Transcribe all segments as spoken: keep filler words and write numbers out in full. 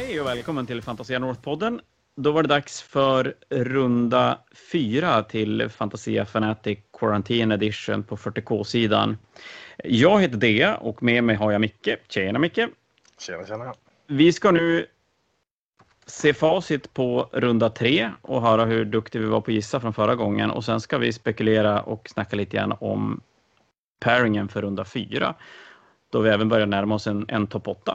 Hej och välkommen till Fantasia North-podden. Då var det dags för runda fyra till Fantasia Fanatic Quarantine Edition på fyrtio K-sidan. Jag heter Dea och med mig har jag Micke. Tjena Micke. Tjena, tjena. Vi ska nu se facit på runda tre och höra hur duktig vi var på gissa från förra gången. Och sen ska vi spekulera och snacka lite grann om pairingen för runda fyra. Då vi även börjar närma oss en, en topp åtta.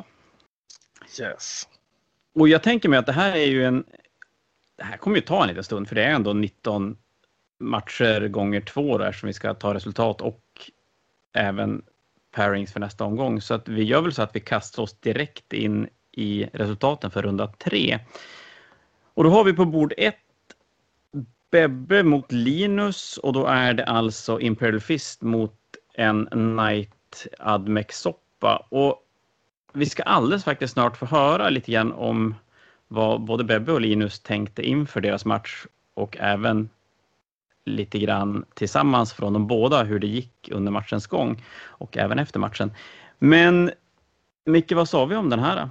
Yes. Och jag tänker mig att det här är ju en... Det här kommer ju ta en liten stund, för det är ändå nitton matcher gånger två där som vi ska ta resultat och även pairings för nästa omgång. Så att vi gör väl så att vi kastar oss direkt in i resultaten för runda tre. Och då har vi på bord ett Bebbe mot Linus, och då är det alltså Imperial Fist mot en Knight Admex Soppa. Och vi ska alldeles faktiskt snart få höra lite grann om vad både Bebbe och Linus tänkte inför deras match och även lite grann tillsammans från de båda hur det gick under matchens gång och även efter matchen. Men Micke, vad sa vi om den här?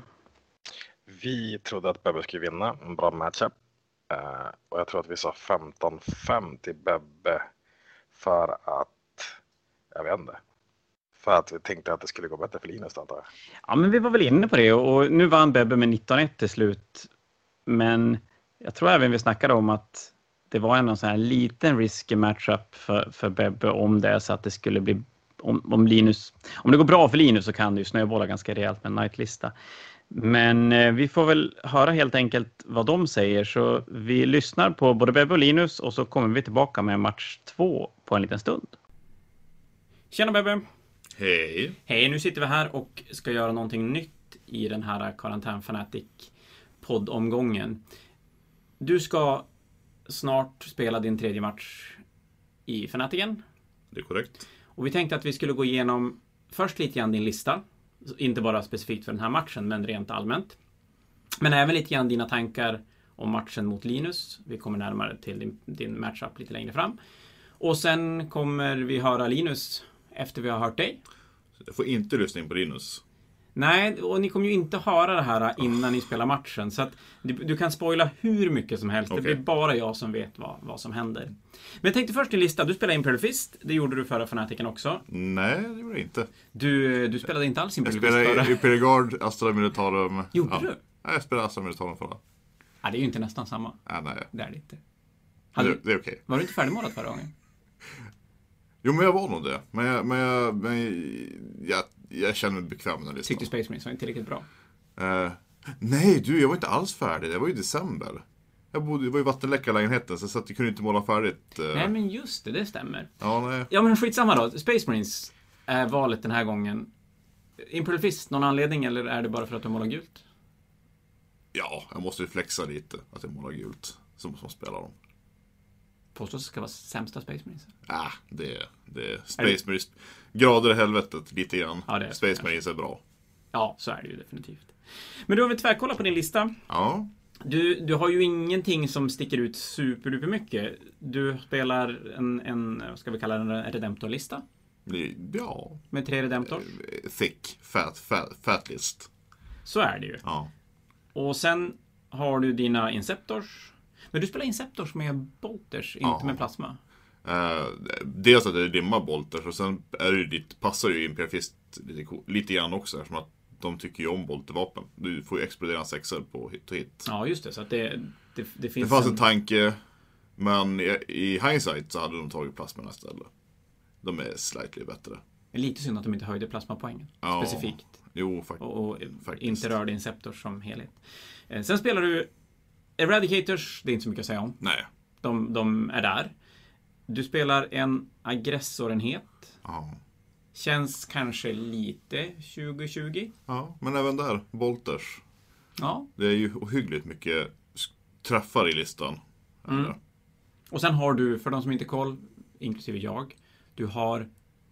Vi trodde att Bebbe skulle vinna en bra matchup. Uh, och jag tror att vi sa femton fem till Bebbe för att, jag vet inte, för att vi tänkte att det skulle gå bättre för Linus, antar jag. Ja, men vi var väl inne på det, och nu vann Bebbe med nitton ett till slut. Men jag tror även vi snackade om att det var en sån här liten risky matchup för, för Bebbe om det, så att det skulle bli, om, om Linus, om det går bra för Linus så kan det ju snöbolla ganska rejält med en nightlista. Men eh, vi får väl höra helt enkelt vad de säger, så vi lyssnar på både Bebbe och Linus och så kommer vi tillbaka med match två på en liten stund. Tjena Bebbe! Hej! Hej, nu sitter vi här och ska göra någonting nytt i den här Quarantine Fanatic poddomgången. Du ska snart spela din tredje match i Fanatiken. Det är korrekt. Och vi tänkte att vi skulle gå igenom först lite grann din lista. Inte bara specifikt för den här matchen, men rent allmänt. Men även lite grann dina tankar om matchen mot Linus. Vi kommer närmare till din, din matchup lite längre fram. Och sen kommer vi höra Linus efter vi har hört dig. Jag får inte lyssna in på Linus. Nej, och ni kommer ju inte höra det här innan ni spelar matchen. Så att du, du kan spoila hur mycket som helst. Okay. Det blir bara jag som vet vad, vad som händer. Men jag tänkte först din lista. Du spelade Imperial Fist. Det gjorde du förra Fanatiken också. Nej, det gjorde jag inte. Du, du spelade inte alls Imperial Fist förra. Jag spelade Imperial Guard, Astra Militarum. Gjorde ja. du? Nej, jag spelade Astra Militarum förra. Ja, det är ju inte nästan samma. Ja, nej. Det är det inte. Hade, det, det är okej. Okay. Var du inte färdigmålat förra gången? Jo, men jag var nog det. Men jag, men jag, men jag, jag känner mig bekväm med den listan. Tyckte Space Marines var inte riktigt bra? Uh, nej, du, jag var inte alls färdig. Det var ju december. Jag bodde, det var ju vattenläckarlägenheten, så jag kunde inte måla färdigt. Uh. Nej, men just det, det stämmer. Ja, nej. Ja, men skitsamma då. Space Marines är valet den här gången. Imperial Fist, någon anledning, eller är det bara för att du målar gult? Ja, jag måste ju flexa lite att jag målar gult. Så måste man spela dem. Påstås det ska vara sämsta Space Marines? Ja, ah, det, det är Space Marines. Grader i helvetet lite grann. Ja, det är Space Marines är bra. Ja, så är det ju definitivt. Men du har vi tvärkollat på din lista. Ja. Du, du har ju ingenting som sticker ut superduper mycket. Du spelar en, en vad ska vi kalla den, en Redemptor-lista. Ja. Med tre Redemptors. Thick, fat, fat, fat list. Så är det ju. Ja. Och sen har du dina Inceptors. Men du spelar Inceptors med bolters, inte ja. med plasma. Uh, dels att det är dimma bolters, och sen är det ditt, passar ju Imperial Fist lite, lite grann också, eftersom att de tycker ju om boltervapen. Du får ju explodera sexer på hit och hit. Ja, just det. Så att det, det, det finns det fanns en... en tanke, men i, i hindsight så hade de tagit plasma istället. De är slightly bättre. Det är lite synd att de inte höjde plasmapoängen ja. specifikt. Jo, fakt- och, och faktiskt. Inte rörde Inceptors som helhet. Eh, sen spelar du Eradicators, det är inte så mycket att säga om. Nej. De, de är där. Du spelar en aggressorenhet. Ja. Känns kanske lite tjugo tjugo. Ja, men även där, bolters. Ja. Det är ju ohyggligt mycket träffar i listan. Mm. Och sen har du, för de som inte koll, inklusive jag, du har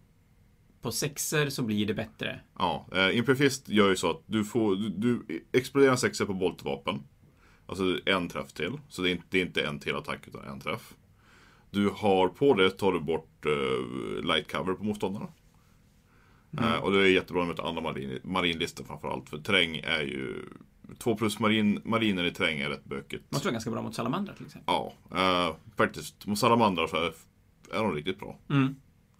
på sexer så blir det bättre. Ja, eh, Imperial Fist gör ju så att du får, du, du exploderar sexer på boltvapen. Alltså en träff till. Så det är inte, det är inte en till attack utan en träff. Du har på det, tar du bort uh, light cover på motståndarna. Mm. Uh, och det är jättebra med ett andra marin, marinlistor framförallt. För terräng är ju två plus marin, mariner i terräng är rätt bökigt. Måste vara ganska bra mot salamandrar till exempel. Ja, uh, faktiskt. Mot salamandrar så är, är de riktigt bra. Mm.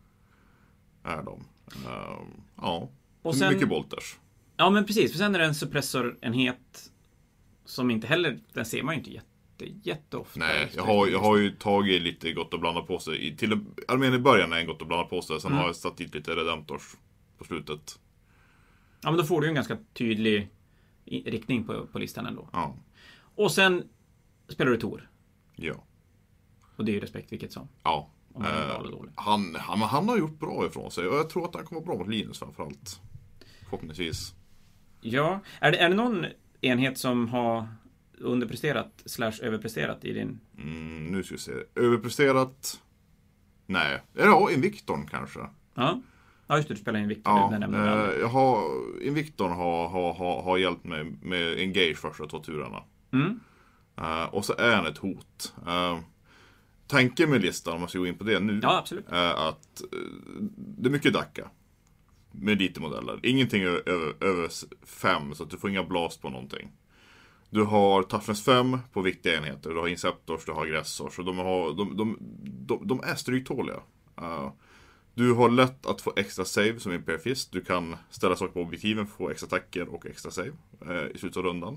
Är de. Uh, ja, och sen, mycket bolters. Ja, men precis. För sen är det en suppressorenhet som inte heller, den ser man ju inte jätte, jätteofta. Nej, jag har, jag har ju tagit lite gott och blandat på sig. I, till armén i början är en gott och blandat på sig. Sen mm. har jag satt dit lite Redemptors på slutet. Ja, men då får du ju en ganska tydlig riktning på, på listan ändå. Ja. Och sen spelar du Tor. Ja. Och det är ju respekt vilket som. Ja. Om han, är bra eller dålig. Han, han, han har gjort bra ifrån sig. Och jag tror att han kommer bra mot Linus framförallt. Förhoppningsvis. Ja. Är det, är det någon enhet som har underpresterat slash överpresterat i din... Mm, nu ska vi se. Överpresterat? Nej. Ja, Invictorn kanske. Ja. Ja, just det, du spelar Invictor. Ja, eh, jag har, Invictorn har, har, har, har hjälpt mig med Engage första två turerna. Mm. Uh, och så är han ett hot. Uh, tanken med listan, om man ska gå in på det nu, ja, absolut. är att uh, det är mycket dacka. Med lite modeller. Ingenting över, över, över fem, så att du får inga blast på någonting. Du har Toughness fem på viktiga enheter. Du har Inceptors, du har Aggressors. Och de, har, de, de, de, de är stryktåliga. Uh, Du har lätt att få extra save som Imperial Fist. Du kan ställa saker på objektiven för att få extra attacker och extra save eh, i slutet av rundan.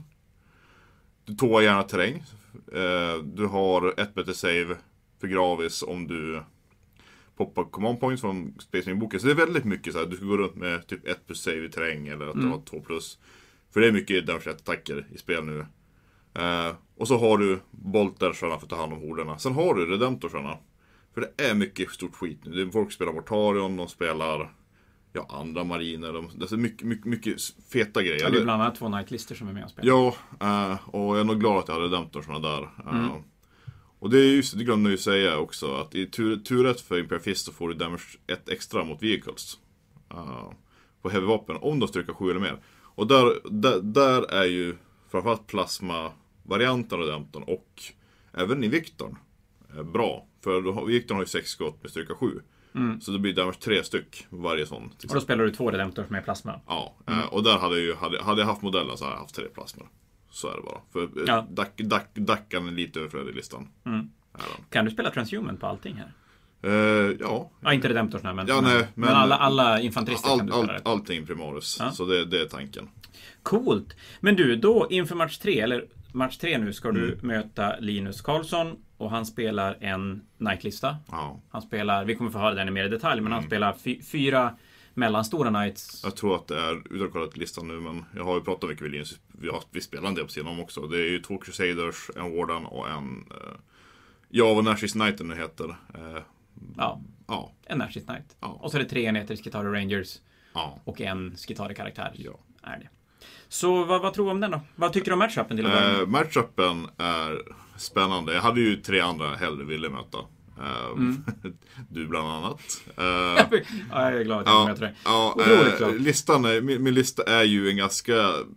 Du tåar gärna terräng. Eh, du har ett bättre save för Gravis om du poppar command points från Space Marine-boken. Så det är väldigt mycket så här. Du ska gå runt med typ ett plus save i terräng eller att mm. du har två plus. För det är mycket damage attacker i spel nu. Eh, och så har du boltersarna för att ta hand om horderna. Sen har du redemptorsarna. För det är mycket stort skit nu. Det är folk spelar Mortarion, de spelar ja, andra mariner. De, det är mycket, mycket, mycket feta grejer. Ja, det är bland annat två Nightlister som är med och spelar. Ja, uh, och jag är nog glad att jag hade dämt sådana där. Uh, mm. Och det är just, det glömde jag ju säga också, att i tur, tur ett för Imperial Fist så får du damage ett extra mot vehicles. Uh, på heavy-vapen, om de styrkar sju eller mer. Och där, där, där är ju framförallt plasma-varianten av Redemptorn och även Invictorn är bra. För Victorn har ju sex skott med styrka sju. Mm. Så det blir damage tre styck varje sån. Och då spelar du två Redemptors med plasma. Ja, mm. och där hade jag ju, hade, hade jag haft modellen så hade jag haft tre plasmor. Så är det bara. För ja. dack, dack, Dackan är lite överflödig i listan. Mm. Kan du spela Transhuman på allting här? Uh, ja. Ja, inte Redemptors men, ja, nej, men, men alla, alla infanterister all, kan du spela all, allting primaris. Ja. Så det, det är tanken. Coolt. Men du, då inför match tre, eller match tre nu, ska du mm. möta Linus Karlsson. Och han spelar en nightlista. Ja. Han spelar, vi kommer få höra den i mer detalj, men mm. han spelar fy, fyra mellanstora nights. Jag tror att det är, utan att kolla listan nu, men jag har ju pratat mycket med Linus. Vi, har, vi spelar en del på sidan också. Det är ju två Crusaders, en Warden och en... Eh, ja, vad Nashis Knighten nu heter. Eh, ja. ja, en Nashis Knight. Ja. Och så är det tre enheter Skitarii Rangers. Ja. Och en Skitarii-karaktär. Ja. Är det. Så vad, vad tror du om den då? Vad tycker du om matchupen till att börja med? Eh, matchupen är spännande. Jag hade ju tre andra hellre ville möta. Eh, mm. Du bland annat. Eh, ja, jag är glad att jag ja, möter dig. Ja, Otroligt eh, listan är, min, min lista är ju en ganska...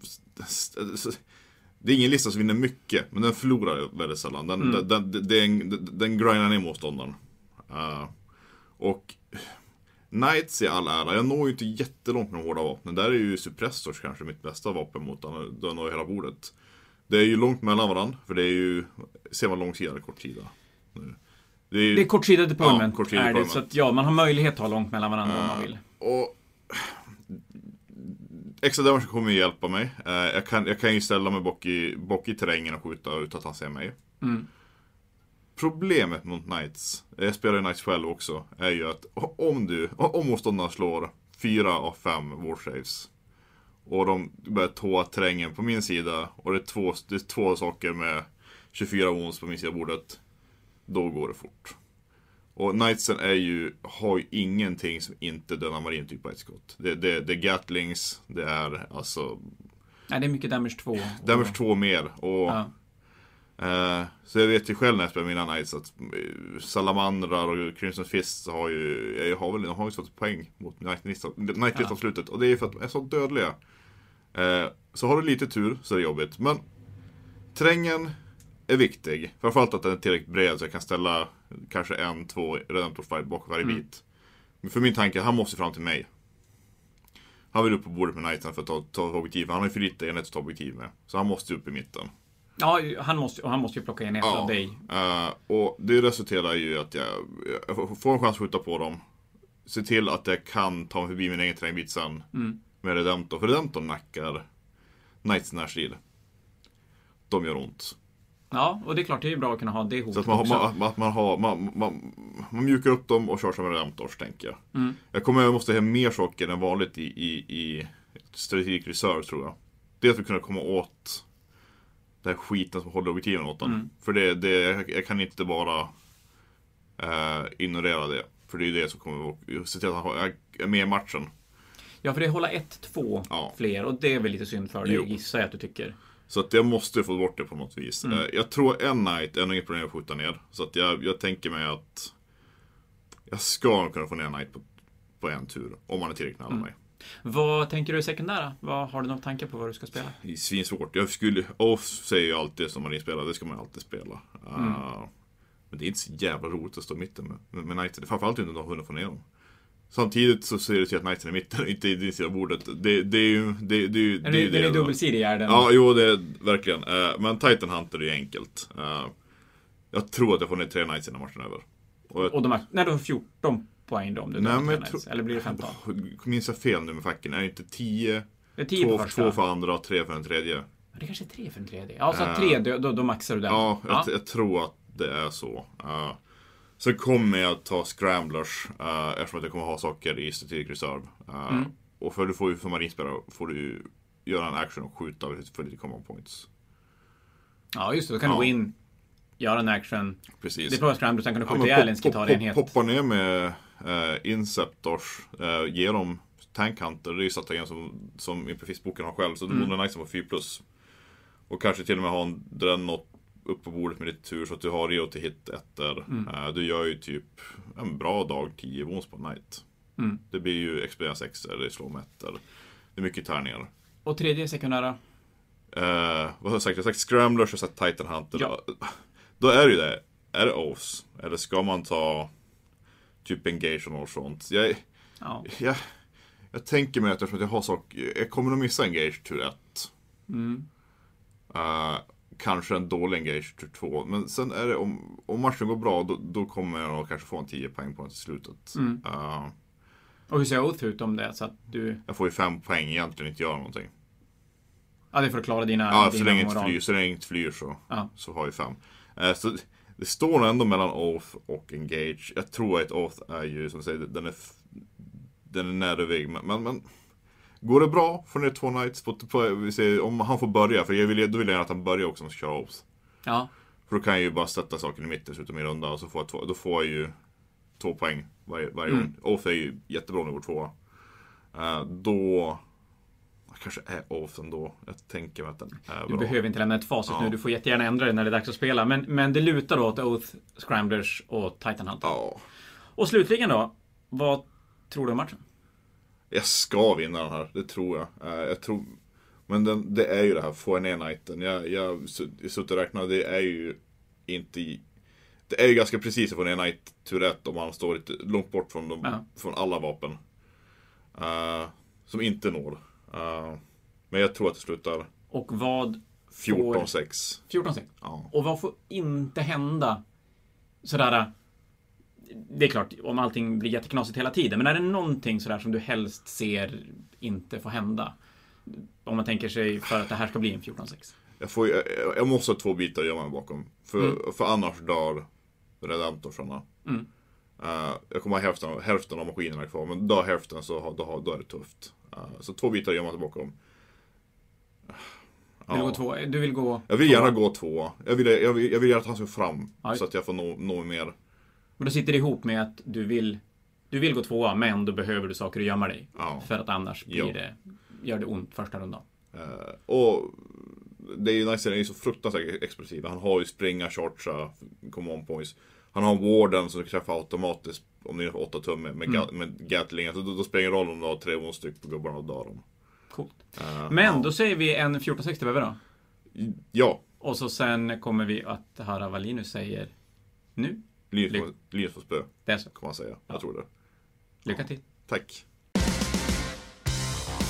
Det är ingen lista som vinner mycket, men den förlorar väldigt sällan. Den, mm. den, den, den, den, den grindar ner motståndaren. Uh, och Knights i all ära, jag når ju inte jättelångt med hårda vapen. Där är ju Suppressors kanske mitt bästa vapen mot den, den når hela bordet. Det är ju långt mellan varandra, för det är ju, ser man långsida eller kortsida. Det är, det är kortsida deployment, ja, kortsida är deployment. Det, så att ja, man har möjlighet att ha långt mellan varandra uh, om man vill. Och extra damage kommer ju hjälpa mig. Uh, jag, kan, jag kan ju ställa mig bak i, bak i terrängen och skjuta utan att han ser mig. Mm. Problemet mot Knights, jag spelar ju Knights själv också, är ju att om du, om motståndarna slår fyra av fem warsaves och de börjar tåa terrängen på min sida och det är två, det är två saker med tjugofyra wounds på min sida bordet, då går det fort. Och Knightsen är ju, har ju ingenting som inte dödar marin typ på ett skott. Det, det, det är Gatlings, det är alltså... Nej, det är mycket damage två. Damage två mer, och... Ja. Uh, så jag vet ju själv när jag spelar mina Knights att uh, Salamandrar och Crimson Fist har ju, jag har väl, de har ju fått poäng mot Knightlist ja. Av slutet, och det är för att de är så dödliga. Uh, så har du lite tur så är det jobbigt, men terrängen är viktig, framförallt att den är tillräckligt bred så jag kan ställa kanske en, två Redemptor fight bakom varje mm. bit. Men för min tanke, han måste fram till mig. Han vill upp på bordet med Knighten för att ta, ta objektiv. Han har ju för lite enhet att ta objektiv med. Så han måste upp i mitten. Ja, han måste, och han måste ju plocka enhet ja, av dig. Uh, och det resulterar ju att jag, jag får en chans att skjuta på dem. Se till att jag kan ta mig förbi min egen terrängbit sen. Mm. Med Redemptor. För Redemptor nackar Knights närstrid. De gör ont. Ja, och det är klart det är ju bra att kunna ha det hotet. Så att man, också. man, man, man, har, man, man, man mjukar upp dem och kör som en Redemptors, tänker jag. Mm. Jag kommer jag måste ha mer saker än vanligt i, i, i Strategic Reserve, tror jag. Det är att vi kunna komma åt den här skiten som håller objektiven åt den. Mm. För det, det, jag, jag kan inte bara uh, ignorera det. För det är det som kommer att se till att jag är med i matchen. Ja, för det är hålla ett, två ja. fler. Och det är väl lite synd för dig, gissar jag att du tycker. Så att jag måste få bort det på något vis. Mm. Jag tror en night är nog inget problem att skjuta ner. Så att jag, jag tänker mig att jag ska kunna få ner en night på, på en tur. Om man är tillräckligt nära mm. mig. Vad tänker du i sekundära? Vad, har du någon tanke på vad du ska spela? Det är svinsvårt. Jag skulle, Off säger ju alltid som marinspelar, det ska man alltid spela. Mm. Uh, men det är inte så jävla roligt att stå i mitten med, med, med nighten. Framförallt inte om de hunnit få ner dem. Samtidigt så ser det till att Knighten är i mitten, inte i din sida av bordet. Det, det är ju... Det, det, är det, det, det är dubbelsidig, är den? Ja, jo, det är verkligen. Uh, men Titan Hunter är ju enkelt. Uh, jag tror att jag får ner tre Knights innan matchen över. Och, jag, och de är, när du har fjorton poäng då, om du nej, men tro, eller blir det femton? Minns jag fel nu med facken? Är det inte tio? Det är tio två, på första. Två för andra och tre för den tredje. Ja, det kanske är tre för den tredje. Ja, så uh, tre, då, då maxar du den. Ja, ja. Jag, jag tror att det är så. Uh, Så kommer jag att ta Scramblers uh, eftersom att jag kommer ha saker i Strategic Reserve. Uh, mm. Och för du får ju som marinspelare får du göra en action och skjuta för lite command points. Ja, just det. Då kan ja. du gå in, göra en action. Precis. Det är bra Scramblers, sen kan du skjuta ihjäl en skitarrenhet. Poppa ner med uh, Inceptors, uh, ge dem Tank Hunter. Det är ju strategin som, som Impefist-boken har själv. Så mm. du borde nice som fyra plus. Och kanske till och med ha en Dreadnought upp på bordet med ditt tur så att du har Rio till hit ettor. Mm. Uh, du gör ju typ en bra dag tio wounds på night. Mm. Det blir ju experience extra, det slår med ettor. Det är mycket tärningar. Och tredje sekundära? Uh, vad har jag sagt? Jag har sagt Scramblers och sagt Titan Hunter. Ja. Då, då är det ju det. Är det Oaths? Eller ska man ta typ Engage och något sånt? Jag, ja. jag, jag tänker mig att eftersom jag har saker, jag kommer nog missa Engage tur ett. Mm. Uh, Kanske en dålig engage till två. Men sen är det, om, om matchen går bra, då, då kommer jag nog kanske få en tio poäng på den till slutet. Mm. Uh, och hur ser Oath ut om det? Så att du... Jag får ju fem poäng egentligen inte göra någonting. Ja, det är för att klara dina... Ja, dina så länge inte flyr, så länge inte flyr så, ja. så har jag fem. Uh, så det står ändå mellan Oath och Engage. Jag tror att Oath är ju, som säger, den är, den är nära väg. Men... men, men går det bra får ni två nights på, på, vi ser, om han får börja, för jag vill, då vill jag att han börjar också med att köra Oath. Ja. För då kan jag ju bara sätta saken i mitten sluta min runda och så får jag två, då får jag ju två poäng varje, varje mm. gång. Oath är ju jättebra nivå två. Uh, då kanske är Oath ändå. Jag tänker mig att den är du bra. Du behöver inte lämna ett facit ja. nu, du får jättegärna ändra det när det är dags att spela. Men, men det lutar då åt Oath, Scramblers och Titan Hunter. Ja. Och slutligen då, vad tror du om matchen? Jag ska vinna den här, det tror jag. Uh, jag tror, men den, det är ju det här, få en ner nighten. Jag, jag, jag suttit och räknat, det är ju inte... Det är ju ganska precis att få ner night tur ett om man står lite långt bort från, de, ja. från alla vapen. Uh, som inte når. Uh, men jag tror att det slutar... Och vad... fjorton sex. fjorton sex? Ja. Och vad får inte hända sådär... Det är klart, om allting blir jätteknasigt hela tiden. Men är det någonting sådär som du helst ser inte får hända? Om man tänker sig för att det här ska bli en fjorton sex. Jag, får, jag, jag måste ha två bitar att gömma mig bakom. För, mm. för annars dör Redemptorsarna. Mm. Uh, jag kommer ha hälften, hälften av maskinerna kvar. Men då hälften så då, då är det tufft. Uh, så två bitar att gömma sig bakom. Uh, vill du, gå två? Du vill gå Jag vill två. gärna gå två. Jag vill, jag vill, jag vill göra att han ska fram. Aj. Så att jag får nå, nå mer. Men då sitter det ihop med att du vill du vill gå tvåa, men då behöver du saker att gömma dig. Ja. För att annars blir det, gör det ont första rundan. Uh, och det är ju nice, den är så fruktansvärt explosiv. Han har ju springa, chargea, command points. Han har warden som träffar automatiskt om det är åtta tum med, med, mm. med gatlingar. Så då, då spelar det roll om du har tre one-styck på gubbarna och dör dem. Coolt. Uh, men ja. då säger vi en fjorton sex till Bebbe då. Ja. Och så sen kommer vi att höra vad Linus säger nu. Linus får spö. Det är så. Kan man säga. Ja. Jag tror det. Lycka till. Tack.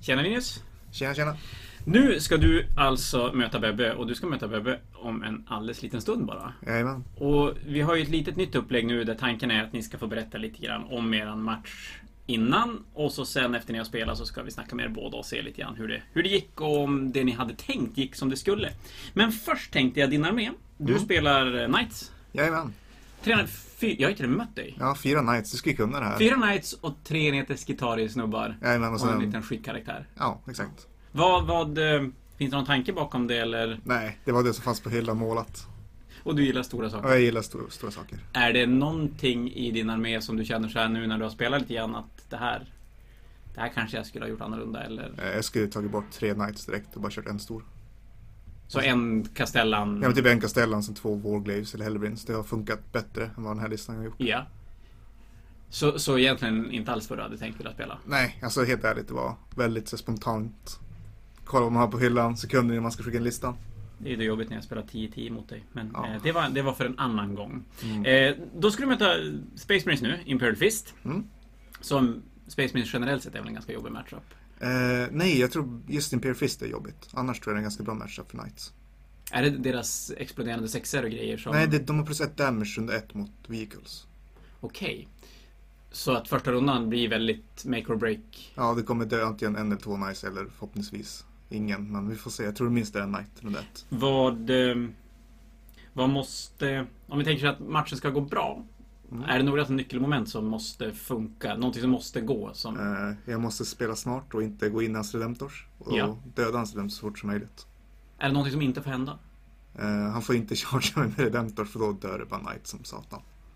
Tjena Linus. Tjena, tjena. Nu ska du alltså möta Bebbe, och du ska möta Bebbe om en alldeles liten stund bara. Jajamän. Och vi har ju ett litet nytt upplägg nu där tanken är att ni ska få berätta lite grann om eran match innan, och så sen efter ni har spelat så ska vi snacka med er båda och se lite grann hur det, hur det gick och om det ni hade tänkt gick som det skulle. Men först tänkte jag din armé. Du Mm. spelar Knights. Jajamän. Tre, fy, jag har inte mött dig. Ja, fyra Knights. Du ska ju kunna det här. Fyra Knights och tre enheter Skitari-snubbar. Jajamän, och Och sen... en liten skitkaraktär. Ja, exakt. Vad, vad, eh, finns det någon tanke bakom det eller? Nej, det var det som fanns på hyllan målat. Och du gillar stora saker? Och jag gillar stor, stora saker. Är det någonting i din armé som du känner så här nu när du har spelat lite grann att det här, det här kanske jag skulle ha gjort annorlunda eller? Eh, Jag skulle tagit bort tre Knights direkt och bara kört en stor. Så en Castellan? Jag har typ en Castellan som två Warglaves eller Hellbrinds. Det har funkat bättre än vad den här listan har gjort. Ja. Så, så egentligen inte alls vad du hade tänkt vilja spela? Nej, alltså helt ärligt, det var väldigt så spontant. Kolla vad man har på hyllan, sekunder innan man ska skicka en lista. Det är ju det jobbigt när jag spelar tio tio mot dig. Men Ja. eh, det, var, det var för en annan gång. Mm. Eh, då ska du möta Space Marines nu, Imperial Fist. Mm. Som Space Marines generellt sett är väl en ganska jobbig matchup. Eh, nej, jag tror just Imperial Fist är jobbigt. Annars tror jag det är en ganska bra matchup för Knights. Är det deras exploderande sexer och grejer som... Nej, det, de har plus ett damage under ett mot vehicles. Okej. Så att första rundan blir väldigt make or break. Ja, det kommer dö antingen en eller två Knights eller förhoppningsvis ingen. Men vi får se. Jag tror det minst är en Knight med det. Vad, eh, vad måste... Om vi tänker sig att matchen ska gå bra. Mm. Är det några nyckelmoment som måste funka? Någonting som måste gå? Som... Eh, jag måste spela smart och inte gå in i hans Redemptors. Och Ja. döda hans Redemptors så fort som möjligt. Är det någonting som inte får hända? Eh, han får inte chargea med Redemptors för då dör det bara Knight som satan.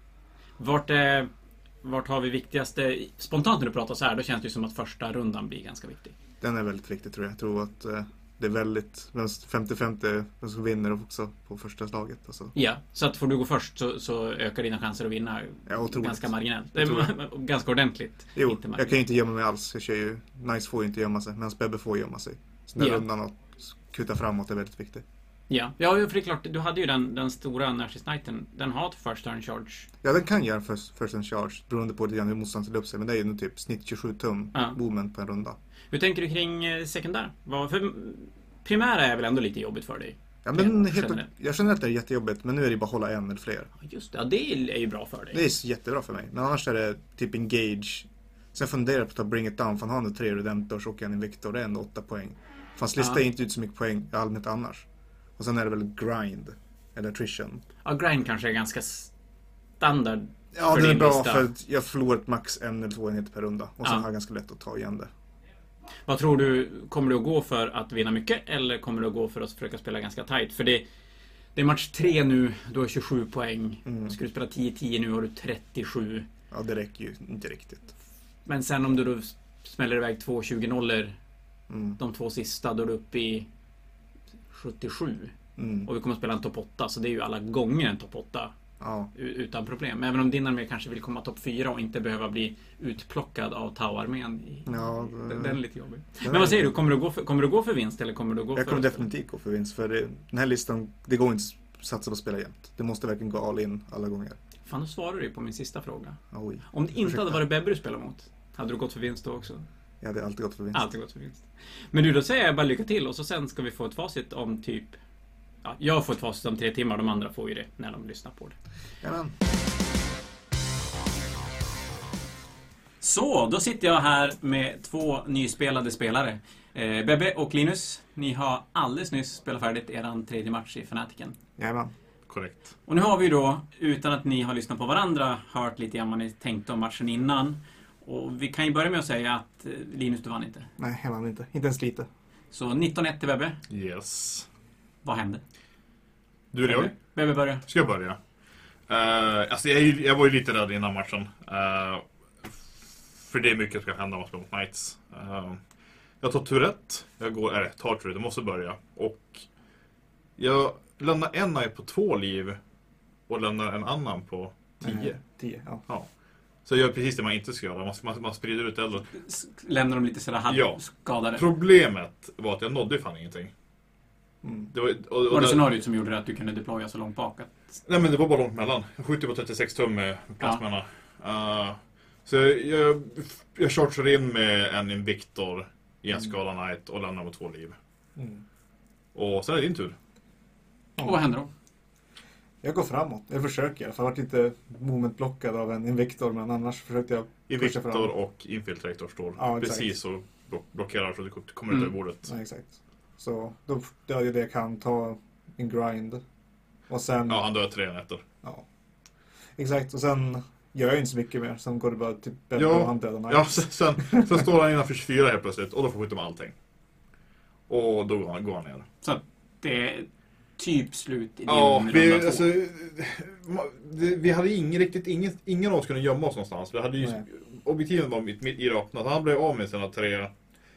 Vart, är, vart har vi viktigaste... Spontant när du pratar så här, då känns det ju som att första rundan blir ganska viktig. Den är väldigt viktig tror jag. Jag tror att eh, det är väldigt femtio femtio vem som vinner också på första slaget. Alltså. Ja, så att får du gå först så, så ökar dina chanser att vinna Ja, otroligt. ganska marginellt. Otroligt. Ganska ordentligt. Jo, inte jag kan ju inte gömma mig alls. Jag kör ju, Nice får ju inte gömma sig, medan Bebbe får gömma sig. Så den Ja. rundan att kuta framåt är väldigt viktig. Ja, ja, för det är klart, du hade ju den, den stora Nashis Knighten. Den har ett first turn charge. Ja, den kan göra first, first and charge beroende på lite grann hur motståndet ställer upp sig. Men det är ju nog typ snitt tjugosju tum Ja. movement på en runda. Hur tänker du kring eh, sekundär? Vad, för primära är väl ändå lite jobbigt för dig? Ja, men Ja, helt, generellt. jag känner att det är jättejobbigt, men nu är det bara att hålla en eller fler. Ja, just det, ja, det är ju bra för dig. Det är jättebra för mig. Men annars är det typ engage. Sen funderar jag på att ta bring it down. För han har nu tre redemptors och en invictor. Det är ändå åtta poäng. Fast listar Ja. inte ut så mycket poäng i allmänt annars. Och sen är det väl grind. Eller attrition. Ja, grind kanske är ganska standard. Ja, för det är din bra lista. för att jag förlorar ett max en eller två enheter per runda. Och sen Ja. har jag ganska lätt att ta igen det. Vad tror du, kommer du att gå för att vinna mycket eller kommer du att gå för att försöka spela ganska tight? För det, det är match tre nu, du har tjugosju poäng. Mm. Ska du spela tio tio nu har du trettiosju. Ja, det räcker ju inte riktigt. Men sen om du då smäller iväg två tjugo nollor Mm. de två sista, då är du uppe i sjuttiosju. Mm. Och vi kommer att spela en topp åtta, så det är ju alla gånger en topp åtta. Ja. u- Utan problem. Även om din armé kanske vill komma topp fyra och inte behöva bli utplockad av Tau-armén. i- Ja, Den, den är lite jobbig. den Men vad är- säger du? Kommer du gå för, kommer du gå för vinst eller kommer du gå Jag för... kommer definitivt gå för vinst. För det, den här listan, det går inte att satsa på att spela jämt. Det måste verkligen gå all in alla gånger. Fan, då svarar du ju på min sista fråga. Oj. Om det inte Ursäkta. hade varit Bebbe du spelade mot, hade du gått för vinst då också? Jag hade alltid gått för vinst. Alltid gått för vinst. Men du, då säger jag bara lycka till och så sen ska vi få ett facit om typ... Ja, jag får ett facit om tre timmar, de andra får ju det när de lyssnar på det. Jajamän. Så, då sitter jag här med två nyspelade spelare. Eh, Bebbe och Linus, ni har alldeles nyss spelat färdigt eran tredje match i Fanatiken. Jajamän. Korrekt. Och nu har vi då, utan att ni har lyssnat på varandra, hört lite grann vad ni tänkte om matchen innan. Och vi kan ju börja med att säga att eh, Linus, du vann inte. Nej, jag vann inte. Inte ens lite. Så nitton ett till Bebbe. Yes. Vad hände? Du är jag? Bebbe börja. Ska jag börja? Uh, alltså jag, är ju- jag var ju lite rädd innan matchen. Uh, för det är mycket som ska hända om man spelar mot Knights. Uh, jag tar tur ett. Jag går, eller tar tur ett, jag måste börja. Och jag lämnar en Knight på två liv. Och lämnar en annan på tio. Nej, tio, ja. Ja. Så jag gör precis det man inte ska göra. Man, man, man sprider ut elden. S- Lämnar dem lite sådär Ja. halvskadade. Problemet var att jag nådde fan ingenting. Mm. Det var, och, och Var det där- scenariot som gjorde att du kunde deploya så långt bak? Att... Nej, men det var bara långt mellan. Jag skjuter på trettiosex tum med plasmorna. Uh, så jag, jag chargear in med en Invictor i en skala Knight och lämnar med två liv. Mm. Och sen är det din tur. Och vad händer då? Jag går framåt. Jag försöker. Jag har varit lite momentblockad av en Invictor, men annars försökte jag pusha fram. Invictor och Infiltrator står Ja, precis och blockerar så du kommer ut Mm. över bordet. Ja, exakt. Så då gör jag det jag kan. Ta en grind. Och sen... Ja, han dör tre nätter. Ja. Exakt. Och sen gör jag inte så mycket mer. Sen går det bara typ bättre Ja, och han dödar mig. Ja, sen, sen, sen står han innanför tjugofyra helt plötsligt och då får skjuta med allting. Och då går han, går han ner. Så att det är typ slut i din Ja, runda vi, två. alltså, det, vi hade ingen riktigt, ingen, ingen av oss kunde gömma oss någonstans. Vi hade ju, Nej. objektiven var mitt, mitt i det öppna. Han blev av med sina tre,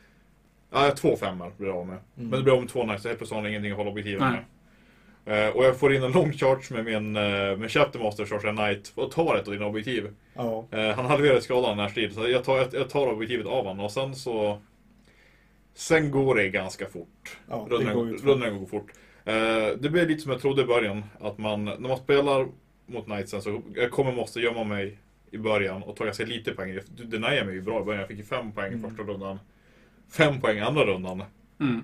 ja, två femmor blev av med. Mm. Men det blev av med två nice, så helt plötsligt har han ingenting att hålla objektiven Nej. med. Uh, och jag får in en lång charge med min uh, med Chapter Master Charge Knight och tar ett av dina objektiv. Ja. Uh, han halverade skadan när strid, så jag tar, jag, jag tar objektivet av honom och sen så sen går det ganska fort. Ja, det Rundan går går, ju fort. rundan går fort. Uh, det blir lite som jag trodde i början, att man, när man spelar mot Knightsen så jag kommer måste gömma mig i början och ta ganska lite poäng. Du deniar mig ju bra i början, jag fick ju fem poäng i Mm. första rundan. Fem poäng i andra rundan. Mm.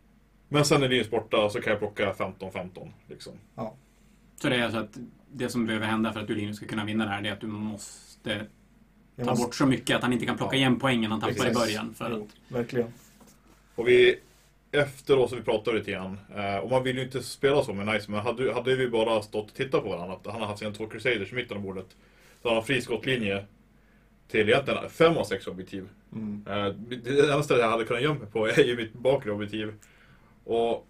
Men sen är Linus borta så kan jag plocka femton femton liksom. Ja. Så det är så att det som behöver hända för att du Linus ska kunna vinna det här, det är att du måste Jag ta måste... bort så mycket att han inte kan plocka Ja. igen poängen han tappar i Precis. början. För Jo, att, verkligen. Och vi, efteråt så vi pratade lite grann, eh, och man vill ju inte spela så med Nice, men hade, hade vi bara stått och tittat på varandra, att han har haft sina två Crusaders i mitten av bordet, så han har fri skottlinje till egentligen fem av sex objektiv. Mm. Eh, det enda stället jag hade kunnat gömma mig på är ju mitt bakre objektiv. Och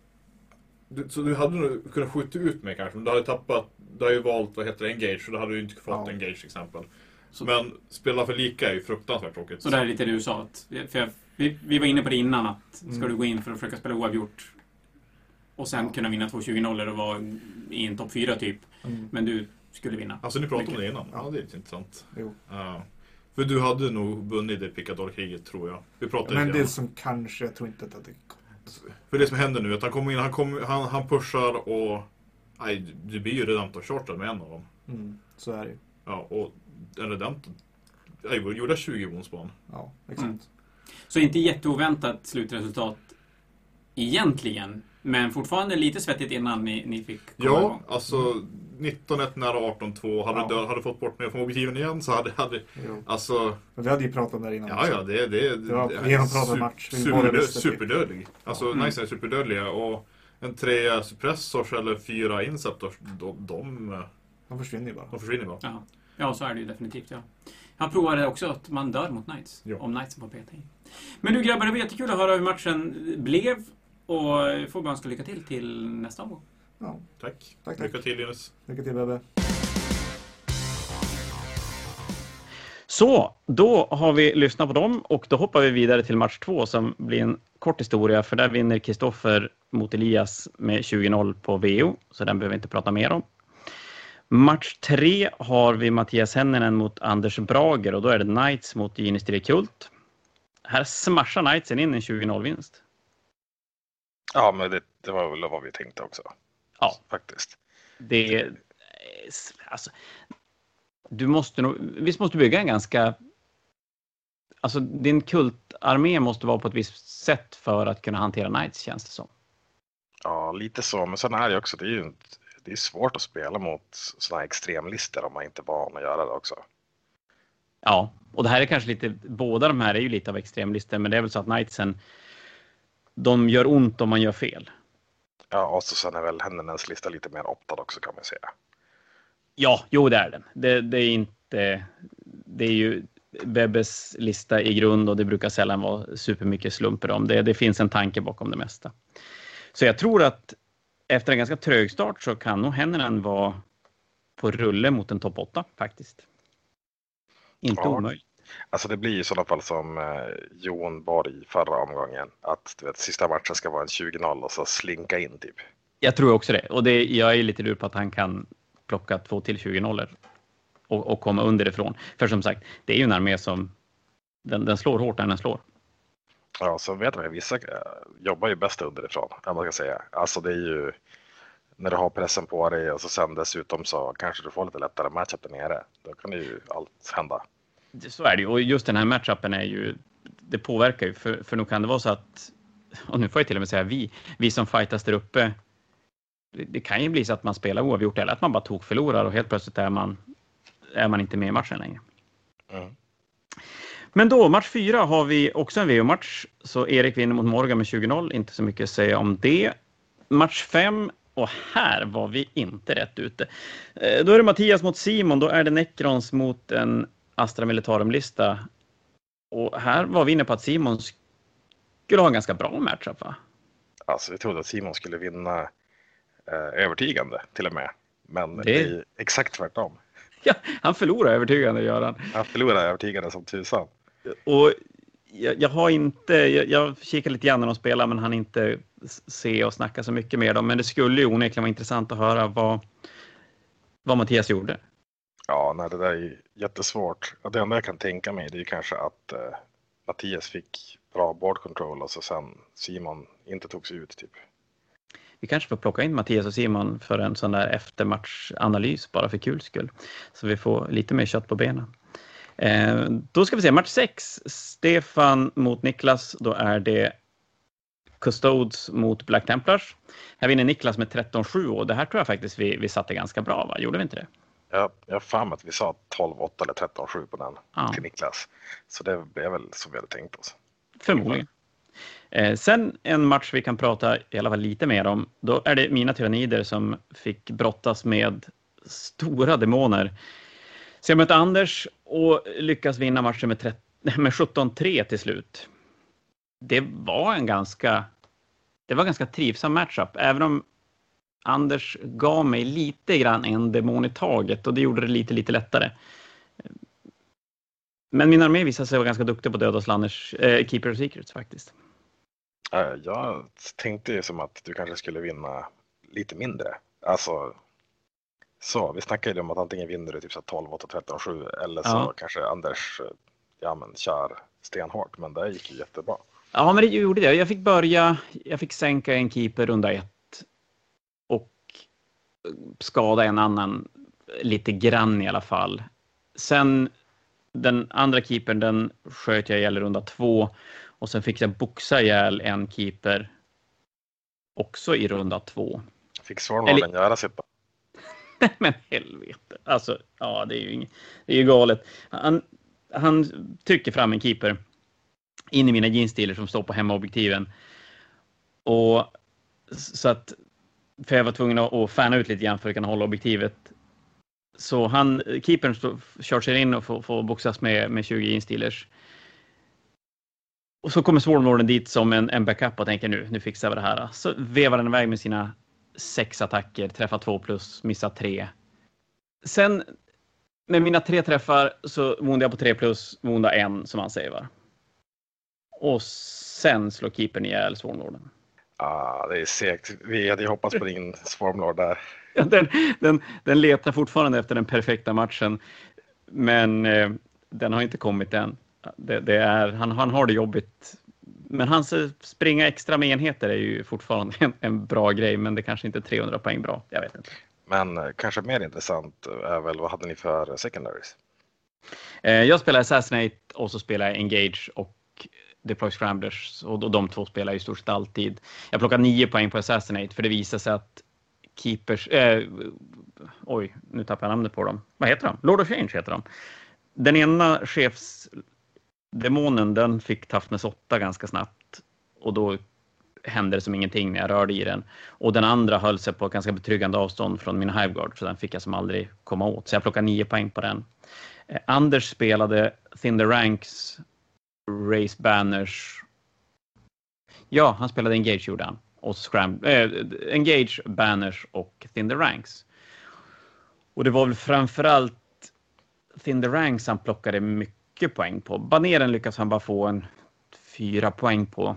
du, så du hade nog kunnat skjuta ut mig kanske, men du hade tappat, du har ju valt, vad heter det, engage, så då hade du inte fått Ja. engage exempel. Så- Men spela för lika är ju fruktansvärt tråkigt. så det är lite det du sa. Att, för jag, vi, vi var inne på det innan att ska Mm. du gå in för att försöka spela oavgjort och sen kunna vinna två tjugo noll och vara i en topp fyra typ. Mm. Men du skulle vinna. Alltså ni pratade om Mycket. det innan, ja, Ja. det är lite intressant. Jo. Ja. För du hade nog vunnit det Picador-kriget, tror jag. Vi pratade Men lite det grann. som kanske, jag tror inte att det hade gått. För det som händer nu är att han kommer in, han, kommer, han, han pushar och... Nej, det blir ju Redemptor Charter med en av dem. Mm. Så är det ju. Ja, och en Redemptor... Jag gjorde tjugo woundspawn. Ja, exakt. Mm. Så inte jätteoväntat slutresultat egentligen. Men fortfarande lite svettigt innan ni, ni fick komma Ja, igång. alltså nitton ett nära arton två. Hade, Ja. dö- hade fått bort mig från objektiven igen så hade... hade Jo. alltså... Men vi hade ju pratat om det här innan. Ja, också. ja, det, det, Det var är genompratad su- match. Vi Super, båda visste typ. superdödlig. Alltså, Mm. Nice är superdödliga och en trea suppressors eller fyra inceptors, de, de, De försvinner ju bara. de försvinner bara. Ja. ja, så är det ju definitivt. Ja. Han provade också att man dör mot Knights. Ja. Om Knights får peta in. Men du grabbar, det var jättekul att höra hur matchen blev. Och får bara önska lycka till till nästa omgång. Ja. Tack. Tack, tack. Lycka till Linus. Lycka till, Bebbe. Så, då har vi lyssnat på dem och då hoppar vi vidare till match två som blir en kort historia, för där vinner Kristoffer mot Elias med tjugo noll på V O, så den behöver vi inte prata mer om. Match tre har vi Mattias Henninen mot Anders Brager och då är det Knights mot Ginistri Kult. Här smashar Knightsen in en tjugo noll-vinst. Ja, men det, det var väl vad vi tänkte också. Ja. Faktiskt. Det är, alltså, du måste nog, visst måste du bygga en ganska, alltså din kultarmé måste vara på ett visst sätt för att kunna hantera Knights, känns det som. Ja, lite så. Men sen är det också, det är ju inte, det är svårt att spela mot såna här extremlister om man inte är van att göra det också. Ja, och det här är kanske lite, båda de här är ju lite av extremlister, men det är väl så att Knightsen, de gör ont om man gör fel. Ja, och så sen är väl Henninens lista lite mer optad också, kan man säga. Ja, jo det är den. Det, det är inte, det är ju Bebbes lista i grund och det brukar sällan vara supermycket slumper om det. Det finns en tanke bakom det mesta. Så jag tror att efter en ganska trög start så kan nog Henninen vara på rulle mot en topp åtta faktiskt. Inte Ja. omöjligt. Alltså det blir i sådana fall som eh, Jon var i förra omgången. Att du vet, sista matchen ska vara en tjugo noll och så slinka in typ. Jag tror också det. Och det, jag är lite lur på att han kan plocka två till tjugo nollor och, och komma underifrån. För som sagt, det är ju en armé som den, den slår hårt när den slår. Ja, så vet man, vissa eh, jobbar ju bäst underifrån, kan man ska säga. Alltså det är ju när du har pressen på dig och så sen dessutom så kanske du får lite lättare matchup där nere. Då kan det ju allt hända. Så är det ju. Och just den här matchupen är ju, det påverkar ju. För, för nog kan det vara så att, och nu får jag till och med säga vi, vi som fightas där uppe, det, det kan ju bli så att man spelar oavgjort eller att man bara tog förlorar och helt plötsligt är man, är man inte med i matchen längre. Mm. Men då, match fyra har vi också en V O-match. Så Erik vinner mot Morgan med tjugo noll. Inte så mycket att säga om det. Match fem. Och här var vi inte rätt ute. Då är det Mattias mot Simon. Då är det Necrons mot en Astra Militarum-lista. Och här var vi inne på att Simon skulle ha en ganska bra matchup, va? Alltså, vi trodde att Simon skulle vinna eh, övertygande till och med. Men det, Det- det är exakt tvärtom. Ja, han förlorar övertygande, Göran. Han förlorade övertygande som tusan. Och jag, jag har inte, jag, jag kikar lite grann när de spelar, men han inte se och snacka så mycket med dem. Men det skulle ju onekligen vara intressant att höra vad, vad Mattias gjorde. Ja, nej, det där är ju jättesvårt. Det enda jag kan tänka mig det är ju kanske att eh, Mattias fick bra board control och så sen Simon inte tog sig ut typ. Vi kanske får plocka in Mattias och Simon för en sån där eftermatchanalys bara för kul skull. Så vi får lite mer kött på benen. Eh, då ska vi se, match sex. Stefan mot Niklas. Då är det Custodes mot Black Templars. Här vinner Niklas med tretton sju och det här tror jag faktiskt vi, vi satte ganska bra, va? Gjorde vi inte det? Jag jag har fan att vi sa tolv åtta eller tretton sju på den Ja. till Niklas. Så det blev väl som vi hade tänkt oss. Förmodligen. Eh, sen en match vi kan prata i alla fall lite mer om. Då är det mina tyrannider som fick brottas med stora demoner. Så jag mötte Anders och lyckas vinna matchen med, trettio, med sjutton tre till slut. Det var en ganska det var en ganska trivsam matchup. Även om Anders gav mig lite grann en demon i taget och det gjorde det lite, lite lättare. Men min armé visade sig vara ganska duktig på döda Slanners äh, Keeper of Secrets faktiskt. Eh, Jag tänkte ju som att du kanske skulle vinna lite mindre. Alltså, så vi snackade ju om att antingen vinner du typ så här tolv åtta tretton sju eller så Ja. kanske Anders eh, ja, men, kör stenhårt. Men det gick ju jättebra. Ja, men det gjorde det. Jag fick börja, jag fick sänka en keeper runda ett och skada en annan lite grann i alla fall. Sen den andra keepern, den sköt jag ihjäl i runda två och sen fick jag boxa ihjäl en keeper också i runda två. Fick Swarmlorden Eller- göra sitt? Men helvete. Alltså, ja, det är ju, inget, det är ju galet. Han, han trycker fram en keeper in i mina jeansstiler som står på hemmaobjektiven. Och så att, för jag var tvungen att, att färna ut lite grann för att kunna hålla objektivet. Så han, keepern stå, kör sig in och får, får boxas med, med tjugo jeansstillers. Och så kommer Swarmlorden dit som en, en backup och tänker nu, nu fixar vi det här. Så vevar den iväg med sina sex attacker, träffar två plus, missar tre. Sen med mina tre träffar så vondade jag på tre plus, vondade en som han säger, va? Och sen slår keepern ihjäl Swarmlorden. Ah, det är segt. Vi hade ju hoppats på din Swarmlord där. Ja, den, den, den letar fortfarande efter den perfekta matchen. Men eh, den har inte kommit än. Det, det är, han, han har det jobbigt. Men hans springa extra med enheter är ju fortfarande en, en bra grej. Men det kanske inte är trehundra poäng bra. Jag vet inte. Men eh, kanske mer intressant är väl vad hade ni för secondaries? Eh, jag spelar Assassinate och så spelar jag Engage och Deploy Scramblers. Och de två spelar ju i stort sett alltid. Jag plockar nio poäng på Assassinate för det visar sig att Keepers... Eh, oj, nu tappar jag namnet på dem. Vad heter de? Lord of Change heter de. Den ena chefsdemonen, den fick Toughness åtta ganska snabbt. Och då hände det som ingenting när jag rörde i den. Och den andra höll sig på ett ganska betryggande avstånd från min Hiveguard. Så den fick jag som aldrig komma åt. Så jag plockade nio poäng på den. Eh, Anders spelade Thin the Ranks, Race Banners. Ja, han spelade Engage gjorde han. Och Scram, äh, Engage, Banners och Thin the Ranks. Och det var väl framförallt Thin the Ranks han plockade mycket poäng på. Baneren lyckas han bara få en fyra poäng på.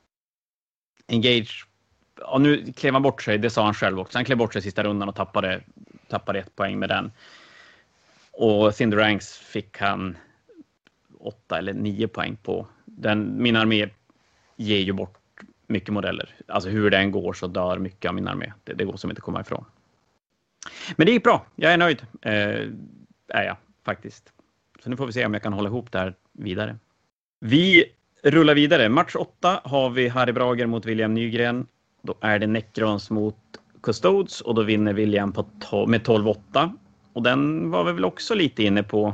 Engage, ja, nu klev han bort sig, det sa han själv också. Han klev bort sig sista rundan och tappade, tappade ett poäng med den. Och Thin the Ranks fick han åtta eller nio poäng på. Den, min armé ger ju bort mycket modeller. Alltså hur den går så dör mycket av min armé. Det, det går som inte komma ifrån. Men det gick bra. Jag är nöjd. Eh, är jag faktiskt. Så nu får vi se om jag kan hålla ihop det här vidare. Vi rullar vidare. Match åtta har vi Harry Brager mot William Nygren. Då är det Necrons mot Custodes och då vinner William på to- med tolv åtta. Och den var vi väl också lite inne på.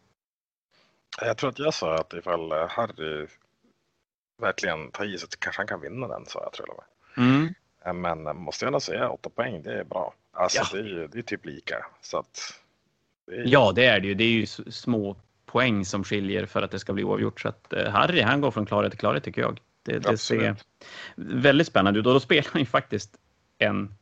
Jag tror att jag sa att ifall Harry verkligen tar i så kanske han kan vinna den, sa jag tror jag. Mm. Men måste jag ändå säga åtta poäng, det är bra. Alltså Ja. det är ju det är typ lika. Så att det är... Ja, det är det ju. Det är ju s- små poäng som skiljer för att det ska bli oavgjort. Så att eh, Harry, han går från klarhet till klarhet tycker jag. Det, det ser Absolut. väldigt spännande ut. Och då spelar han ju faktiskt en,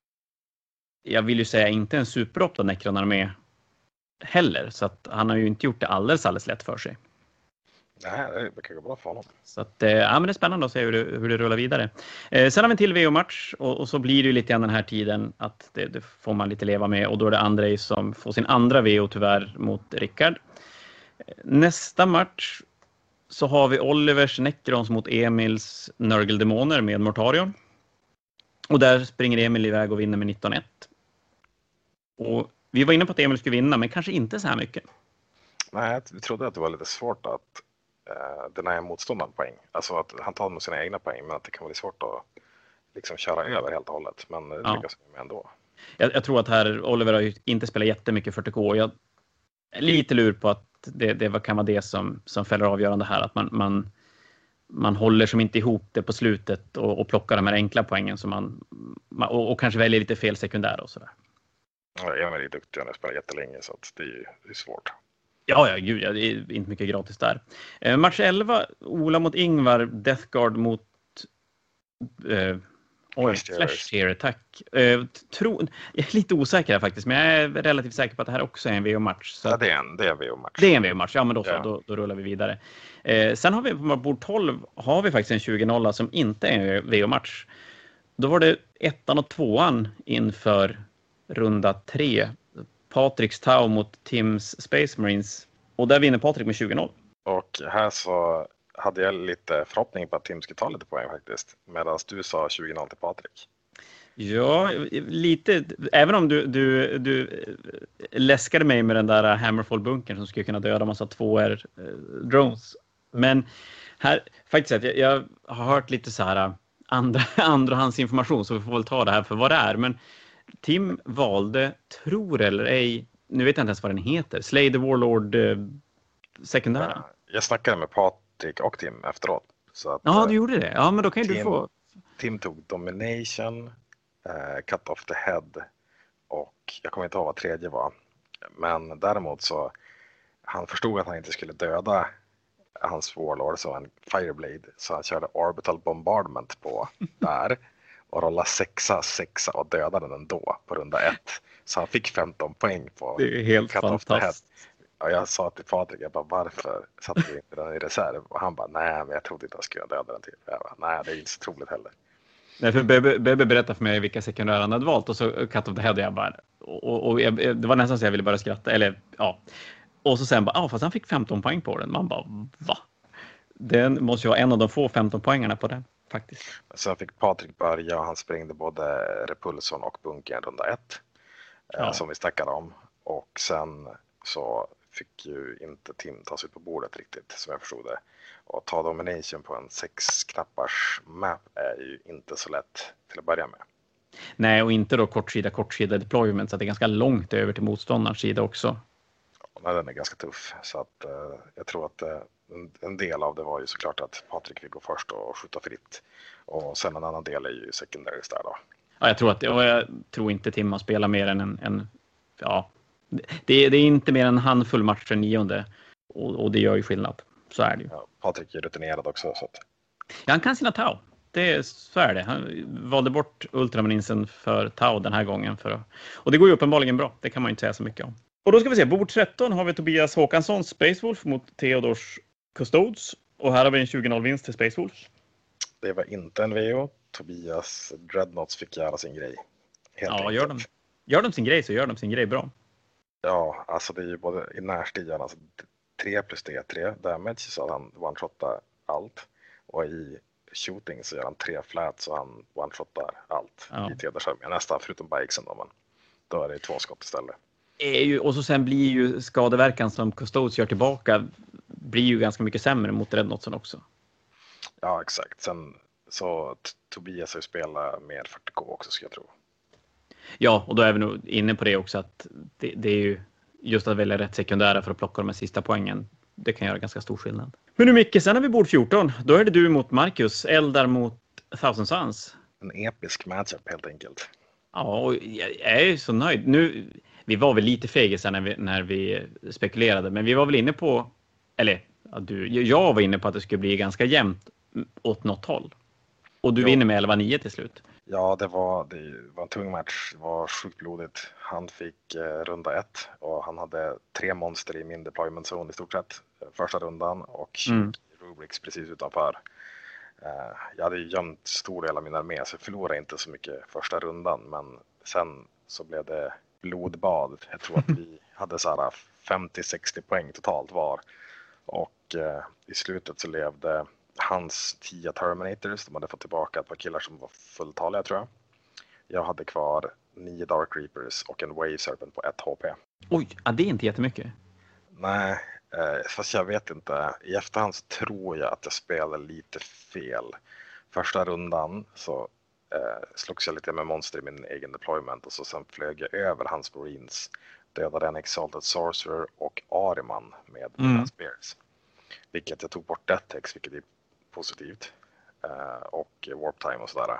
jag vill ju säga inte en superopta Necron Armé heller. Så att han har ju inte gjort det alldeles, alldeles lätt för sig. Nej, det kan gå bra för honom. Så att, eh, ja, men det är spännande att se hur det, hur det rullar vidare. Eh, sen har vi en till V O-match och, och så blir det ju lite grann den här tiden att det, det får man lite leva med. Och då är det Andrei som får sin andra V O tyvärr mot Rickard. Eh, nästa match så har vi Olivers Necrons mot Emils Nörgeldemoner med Mortarion. Och där springer Emil iväg och vinner med nitton ett. Och vi var inne på att Emil skulle vinna, men kanske inte så här mycket. Nej, vi trodde att det var lite svårt att uh, den här motståndaren poäng. Alltså att han tar med sina egna poäng, men att det kan vara lite svårt att liksom köra över helt och hållet. Men det Ja. lyckas vi med ändå. Jag, jag tror att här Oliver har ju inte spelat jättemycket fyrtio K. Jag är lite lur på att det, det kan vara det som, som fäller avgörande här. Att man, man, man håller som inte ihop det på slutet och, och plockar de här enkla poängen. Som man, man, och, och kanske väljer lite fel sekundär och sådär. Ja, Emil är duktig, han har spelat jättelänge så att det är, det är svårt. Ja, ja, gud, ja, det är inte mycket gratis där. Eh, match elva, Ola mot Ingvar, Death Guard mot eh, oj, Flash Tear, tack. Eh, tro, jag är lite osäker här faktiskt, men jag är relativt säker på att det här också är en V O-match. Så Ja, det är en, det är en V O-match. det är en V O-match, ja men då så, Ja. då, då rullar vi vidare. Eh, sen har vi på bord tolv, har vi faktiskt en tjugo noll som inte är en V O-match. Då var det ettan och tvåan inför runda tre. Patricks Tau mot Tims Space Marines. Och där vinner Patrik med tjugo noll. Och här så hade jag lite förhoppning på att Tim skulle ta lite poäng faktiskt. Medan du sa tjugo noll till Patrik. Ja, lite. Även om du, du, du läskade mig med den där Hammerfall-bunkern som skulle kunna döda massa två R eh, drones. Men här, faktiskt, att jag, jag har hört lite så här andra, andrahandsinformation, så vi får väl ta det här för vad det är. Men Tim valde, tror eller ej, nu vet jag inte ens vad den heter, Slay the Warlord eh, sekundära. Jag snackade med Patrik och Tim efteråt. Så att, Ja, du gjorde det. Ja, men då kan ju du Tim- få... Tim tog Domination, eh, Cut off the Head och jag kommer inte ihåg vad tredje var. Men däremot så han förstod att han inte skulle döda hans Warlord, så en Fireblade, så han körde Orbital Bombardment på där och rolla sexa, sexa och dödade den ändå på runda ett. Så han fick femton poäng på Det är helt Cut off the Head. fantastiskt. Och jag sa till Patrik, jag bara, varför satte du inte den i reserv? Och han bara, nej men jag trodde inte jag skulle döda den till. Jag bara, nej det är inte så troligt heller. Nej, för Bebbe, Bebbe berättade för mig vilka sekundärer han hade valt och så Cut of the Head och jag bara, och, och, och jag, det var nästan så jag ville börja skratta, eller ja. Och så sen bara, ja fast han fick femton poäng på den. Man bara, va? Den måste ju vara en av de få femton poängarna på den, faktiskt. Sen fick Patrik börja och han sprängde både Repulson och bunkern runda ett. Ja. Eh, som vi snackade om. Och sen så fick ju inte Tim ta sig ut på bordet riktigt, som jag förstod det. Och ta Domination på en sex knappars map är ju inte så lätt till att börja med. Nej, och inte då kortsida, kortsida deployment, så att det är ganska långt över till motståndarens sida också. Och den är ganska tuff, så att eh, jag tror att eh, en, en del av det var ju såklart att Patrik fick gå först och skjuta fritt. Och sen en annan del är ju secondaries där då. Ja, jag tror att, och jag tror inte Tim har spelat mer än en, en ja, det, det är inte mer än en handfull matcher nionde, och, och det gör ju skillnad. Så är det ju. Ja, Patrik är rutinerad också. Så att... Ja, han kan sina Tau. Det, så är det. Han valde bort Ultramarinsen för Tau den här gången. För, och det går ju uppenbarligen bra. Det kan man ju inte säga så mycket om. Och då ska vi se. Bord tretton har vi Tobias Håkansson, Space Wolf, mot Theodors Custodes. Och här har vi en tjugo noll vinst till Space Wolf. Det var inte en V O. Tobias Dreadnoughts fick göra sin grej. Helt Ja, enkelt. gör de, gör de sin grej så gör de sin grej bra. Ja, alltså det är ju både i närstigen, alltså tre plus D tre damage så att han one-shotar allt. Och i shooting så gör han tre flat så han one-shotar allt Ja. i Theodors-armén. Nästan förutom bikesen då, men då är det två skott istället. Är ju, och så sen blir ju skadeverkan som Custodes gör tillbaka blir ju ganska mycket sämre mot Dreadnoughtsen också. Ja, exakt. Sen så t- Tobias har ju spelat med fyrtio K också, ska jag tro. Ja, och då är vi nog inne på det också att det, det är ju just att välja rätt sekundära för att plocka de här sista poängen. Det kan göra ganska stor skillnad. Men nu Micke, sen har vi bord fjorton. Då är det du mot Marcus, Eldar mot Thousand Suns. En episk matchup helt enkelt. Ja, och jag är ju så nöjd. Nu, vi var väl lite fegisa när vi, när vi spekulerade, men vi var väl inne på, eller ja, du, jag var inne på att det skulle bli ganska jämnt åt något håll. Och du Jo. vinner med elva nio till slut. Ja, det var, det var en tung match. Det var sjukt blodigt. Han fick eh, runda ett och han hade tre monster i min deployment zone i stort sett. Första rundan och tjugo Mm. rubrics precis utanför. Eh, jag hade ju gömt stor del av min armé så jag förlorade inte så mycket första rundan. Men sen så blev det blodbad. Jag tror att vi hade så här femtio sextio poäng totalt var. Och eh, i slutet så levde hans tio Terminators. De hade fått tillbaka ett par killar som var fulltaliga tror jag. Jag hade kvar nio Dark Reapers och en Wave Serpent på ett H P. Oj, ja, det är inte jättemycket. Nej, eh, fast jag vet inte. I efterhand så tror jag att jag spelade lite fel. Första rundan så eh, slogs jag lite med monster i min egen deployment och så sen flög jag över hans Marines. Dödade en Exalted Sorcerer och Ariman med mina Mm. Spears. Vilket jag tog bort Death-Hex, vilket är positivt. Eh, och Warp Time och sådär.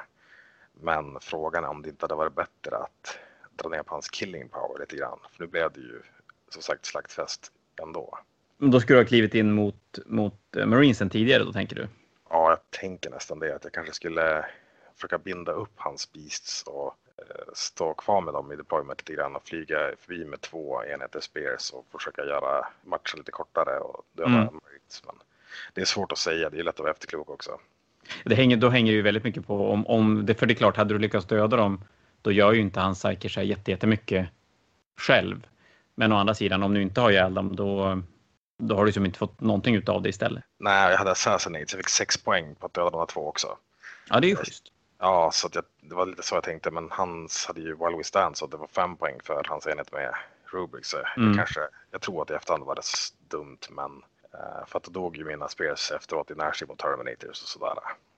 Men frågan är om det inte hade varit bättre att dra ner på hans killing power lite grann. För nu blev det ju som sagt slaktfest ändå. Då skulle du ha klivit in mot, mot eh, Marinesen tidigare då, tänker du? Ja, jag tänker nästan det. Att jag kanske skulle försöka binda upp hans beasts och eh, stå kvar med dem i deployment lite grann och flyga förbi med två enheter spears och försöka göra matchen lite kortare och döda Mm. Marines. Men det är svårt att säga. Det är lätt att vara efterklok också. Det hänger, då hänger det ju väldigt mycket på om, om det, för det är klart, hade du lyckats döda dem, då gör ju inte han Psyker sig jätte, jättemycket själv. Men å andra sidan, om du inte har ihjäl dem, då, då har du liksom inte fått någonting utav det istället. Nej, jag hade Assassinates. Jag fick sex poäng på att döda de här två också. Ja, det är ju schysst. Ja, så att jag, det var lite så jag tänkte. Men hans hade ju While We Stand så det var fem poäng för hans enhet med Rubrics. Så Mm. jag, kanske, jag tror att i efterhand var det dumt, men eh, för att då dog ju mina spears efteråt i närstrid mot Terminators och sådär.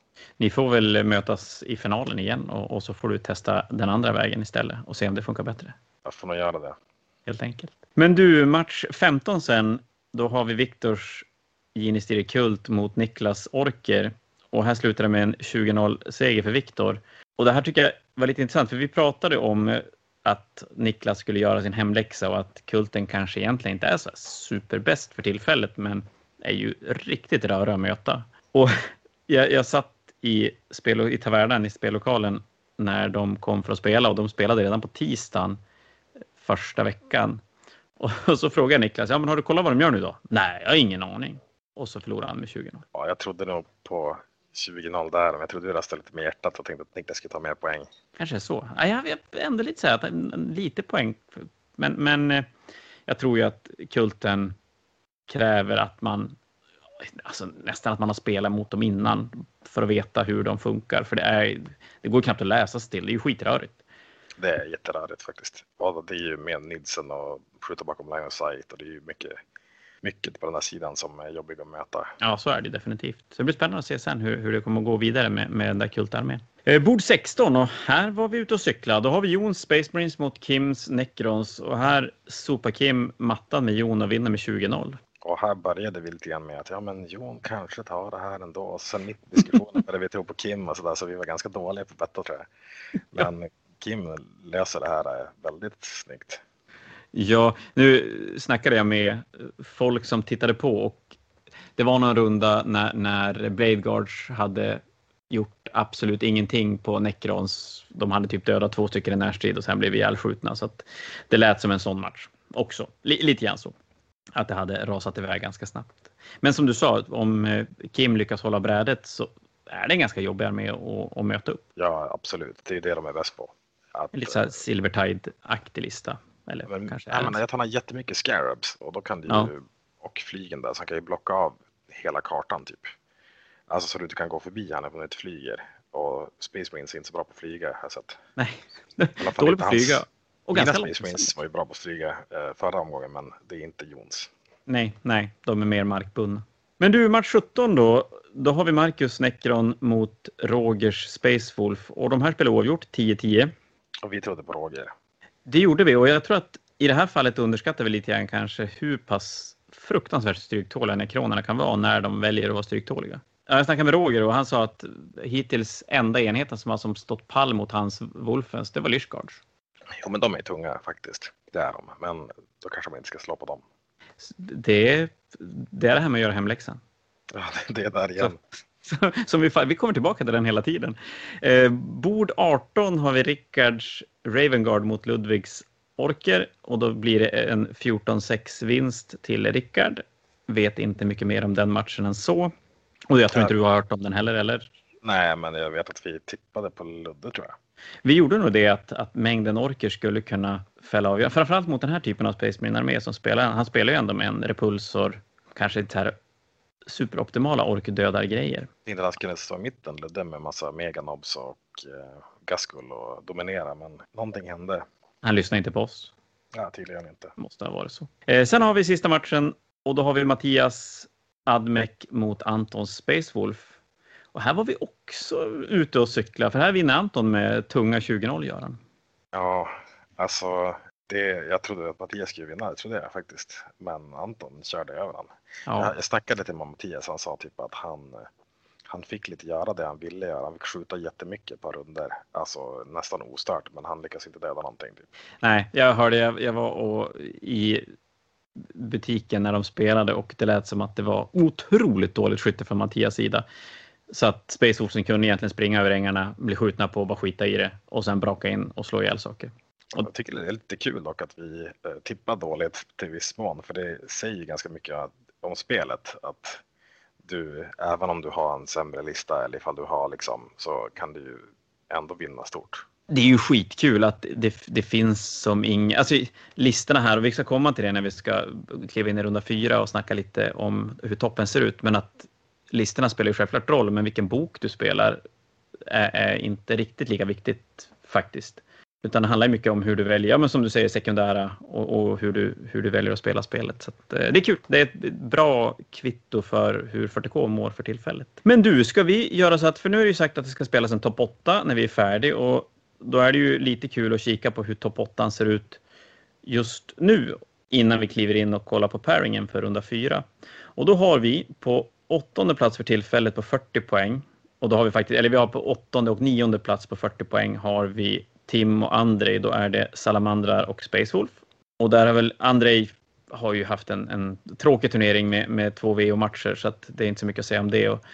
Ni får väl mötas i finalen igen och, och så får du testa den andra vägen istället och se om det funkar bättre. Jag får nog göra det. Helt enkelt. Men du, match femton sen, då har vi Viktors Ginistiri Kult mot Niklas Orker. Och här slutar det med en tjugo noll seger för Viktor. Och det här tycker jag var lite intressant, för vi pratade om att Niklas skulle göra sin hemläxa och att Kulten kanske egentligen inte är så superbäst för tillfället, men är ju riktigt röra att möta. Och jag, jag satt i, spel, i tavernan i spellokalen när de kom för att spela, och de spelade redan på tisdagen första veckan. Och så frågade Niklas, ja men har du kollat vad de gör nu då? Nej, jag har ingen aning. Och så förlorade han med tjugo noll. Ja, jag trodde nog på tjugo noll där, men jag trodde vi röstade lite med hjärtat och tänkte att Niklas skulle ta mer poäng. Kanske är så. Ja, jag vet ändå lite så här, att en, en, lite poäng. Men, men eh, jag tror ju att Kulten kräver att man, alltså nästan att man har spelat mot dem innan för att veta hur de funkar. För det, är, det går knappt att läsa still, det är ju skitrörigt. Det är jätterörigt faktiskt. Ja, det är ju med Nidsen och skjuta bakom line of sight och det är ju mycket, mycket på den här sidan som är jobbig att möta. Ja, så är det definitivt. Så det blir spännande att se sen hur, hur det kommer att gå vidare med, med den där kultarmén. Eh, bord sexton, och här var vi ute och cykla. Då har vi Jons Space Marines mot Kims Necrons, och här sopar Kim mattan med Jon och vinner med tjugo noll. Och här började vi lite grann med att ja, men Jon kanske tar det här ändå. Och sen mitt i diskussionen började vi tro på Kim och sådär, så vi var ganska dåliga på betta tror jag. Men Kim löser det här väldigt snyggt. Ja, nu snackade jag med folk som tittade på, och det var någon runda när, när Blade Guards hade gjort absolut ingenting på Necrons. De hade typ dödat två stycken i närstrid och sen blev ihjälskjutna, så att det lät som en sån match också. L- lite grann så. Att det hade rasat iväg ganska snabbt. Men som du sa, om Kim lyckas hålla brädet så är det en ganska jobbig armé att, att möta upp. Ja, absolut. Det är det de är bäst på. Att, Lite så här Silvertide-aktig lista. Eller men, kanske ja, är men det. jag tar jättemycket Scarabs och då kan du Ja. ju, och flygen där, så han kan ju blocka av hela kartan typ. Alltså så du inte kan gå förbi han när du inte flyger. Och Space Marines är inte så bra på att flyga, har jag sett. Nej, I alla fall dålig inte på att flyga. hans- Och Mina ganska Space Marines långsamt. var ju bra på att flyga eh, förra omgången, men det är inte Jons. Nej, nej, de är mer markbundna. Men du, match sjutton då. då har vi Marcus Necron mot Rogers Space Wolf. Och de här spelar oavgjort tio tio. Och vi trodde på Roger. Det gjorde vi, och jag tror att i det här fallet underskattar vi lite grann kanske hur pass fruktansvärt stryktåliga nekronerna kan vara när de väljer att vara stryktåliga. Jag snackade med Roger och han sa att hittills enda enheten som har som stått pall mot hans Wolfens, det var Lyshguards. Jo, men de är tunga faktiskt. Det är de. Men då kanske man inte ska slå på dem. Det är det, är det här med att göra hemläxan. Ja, det är där igen. Så, som vi, vi kommer tillbaka till den hela tiden. Eh, bord arton har vi Rickards Ravengard mot Ludvigs Orker. Och då blir det en fjorton sex vinst till Rickard. Vet inte mycket mer om den matchen än så. Och jag tror inte du har hört om den heller, eller? Nej, men jag vet att vi tippade på Ludde, tror jag. Vi gjorde nog det att, att mängden orker skulle kunna fälla av. Framförallt mot den här typen av Space Marine armé som spelar. Han spelar ju ändå med en repulsor. Kanske inte här superoptimala orkdödar-grejer. Inte han skulle stå i mitten, Ludde, med massa meganobs och eh, gaskull och dominera. Men någonting hände. Han lyssnar inte på oss. Ja, tydligen inte. Måste ha varit så. Eh, sen har vi sista matchen. Och då har vi Mattias Admek mot Antons Space Wolf. Och här var vi också ute och cykla. För här vinner Anton med tunga tjugo noll, Göran. Ja, alltså det, jag trodde att Mattias skulle vinna. Det trodde jag faktiskt. Men Anton körde över han. Ja. Jag, jag snackade lite med Mattias. Han sa typ att han, han fick lite göra det han ville göra. Han fick skjuta jättemycket på runder. Alltså nästan ostört. Men han lyckas inte döda någonting. Typ. Nej, jag hörde. Jag, jag var och, i butiken när de spelade. Och det lät som att det var otroligt dåligt skytte från Mattias sida. Så att Space Wolfen kunde egentligen springa över ängarna, bli skjutna på och bara skita i det. Och sen braka in och slå ihjäl saker. Och jag tycker det är lite kul dock att vi eh, tippar dåligt till viss mån. För det säger ganska mycket om spelet. Att du, även om du har en sämre lista eller ifall du har liksom, så kan du ju ändå vinna stort. Det är ju skitkul att det, det finns som inga... Alltså listorna här, och vi ska komma till det när vi ska kliva in i runda fyra och snacka lite om hur toppen ser ut. Men att listorna spelar ju självklart roll, men vilken bok du spelar är, är inte riktigt lika viktigt faktiskt. Utan det handlar mycket om hur du väljer, ja, men som du säger, sekundära och, och hur, du, hur du väljer att spela spelet. Så att, eh, det är kul. Det är ett bra kvitto för hur fyrtio K mår för tillfället. Men du, ska vi göra så att, för nu är det ju sagt att det ska spelas en topp åtta när vi är färdiga, och då är det ju lite kul att kika på hur topp åtta ser ut just nu innan vi kliver in och kollar på pairingen för runda fyra. Och då har vi på åttonde plats för tillfället på fyrtio poäng. Och då har vi faktiskt, eller vi har på åttonde och nionde plats på fyrtio poäng har vi Tim och Andrei. Då är det Salamandrar och Space Wolf. Och där har väl Andrei har ju haft en, en tråkig turnering med, med två V O-matcher, så att det är inte så mycket att säga om det. Och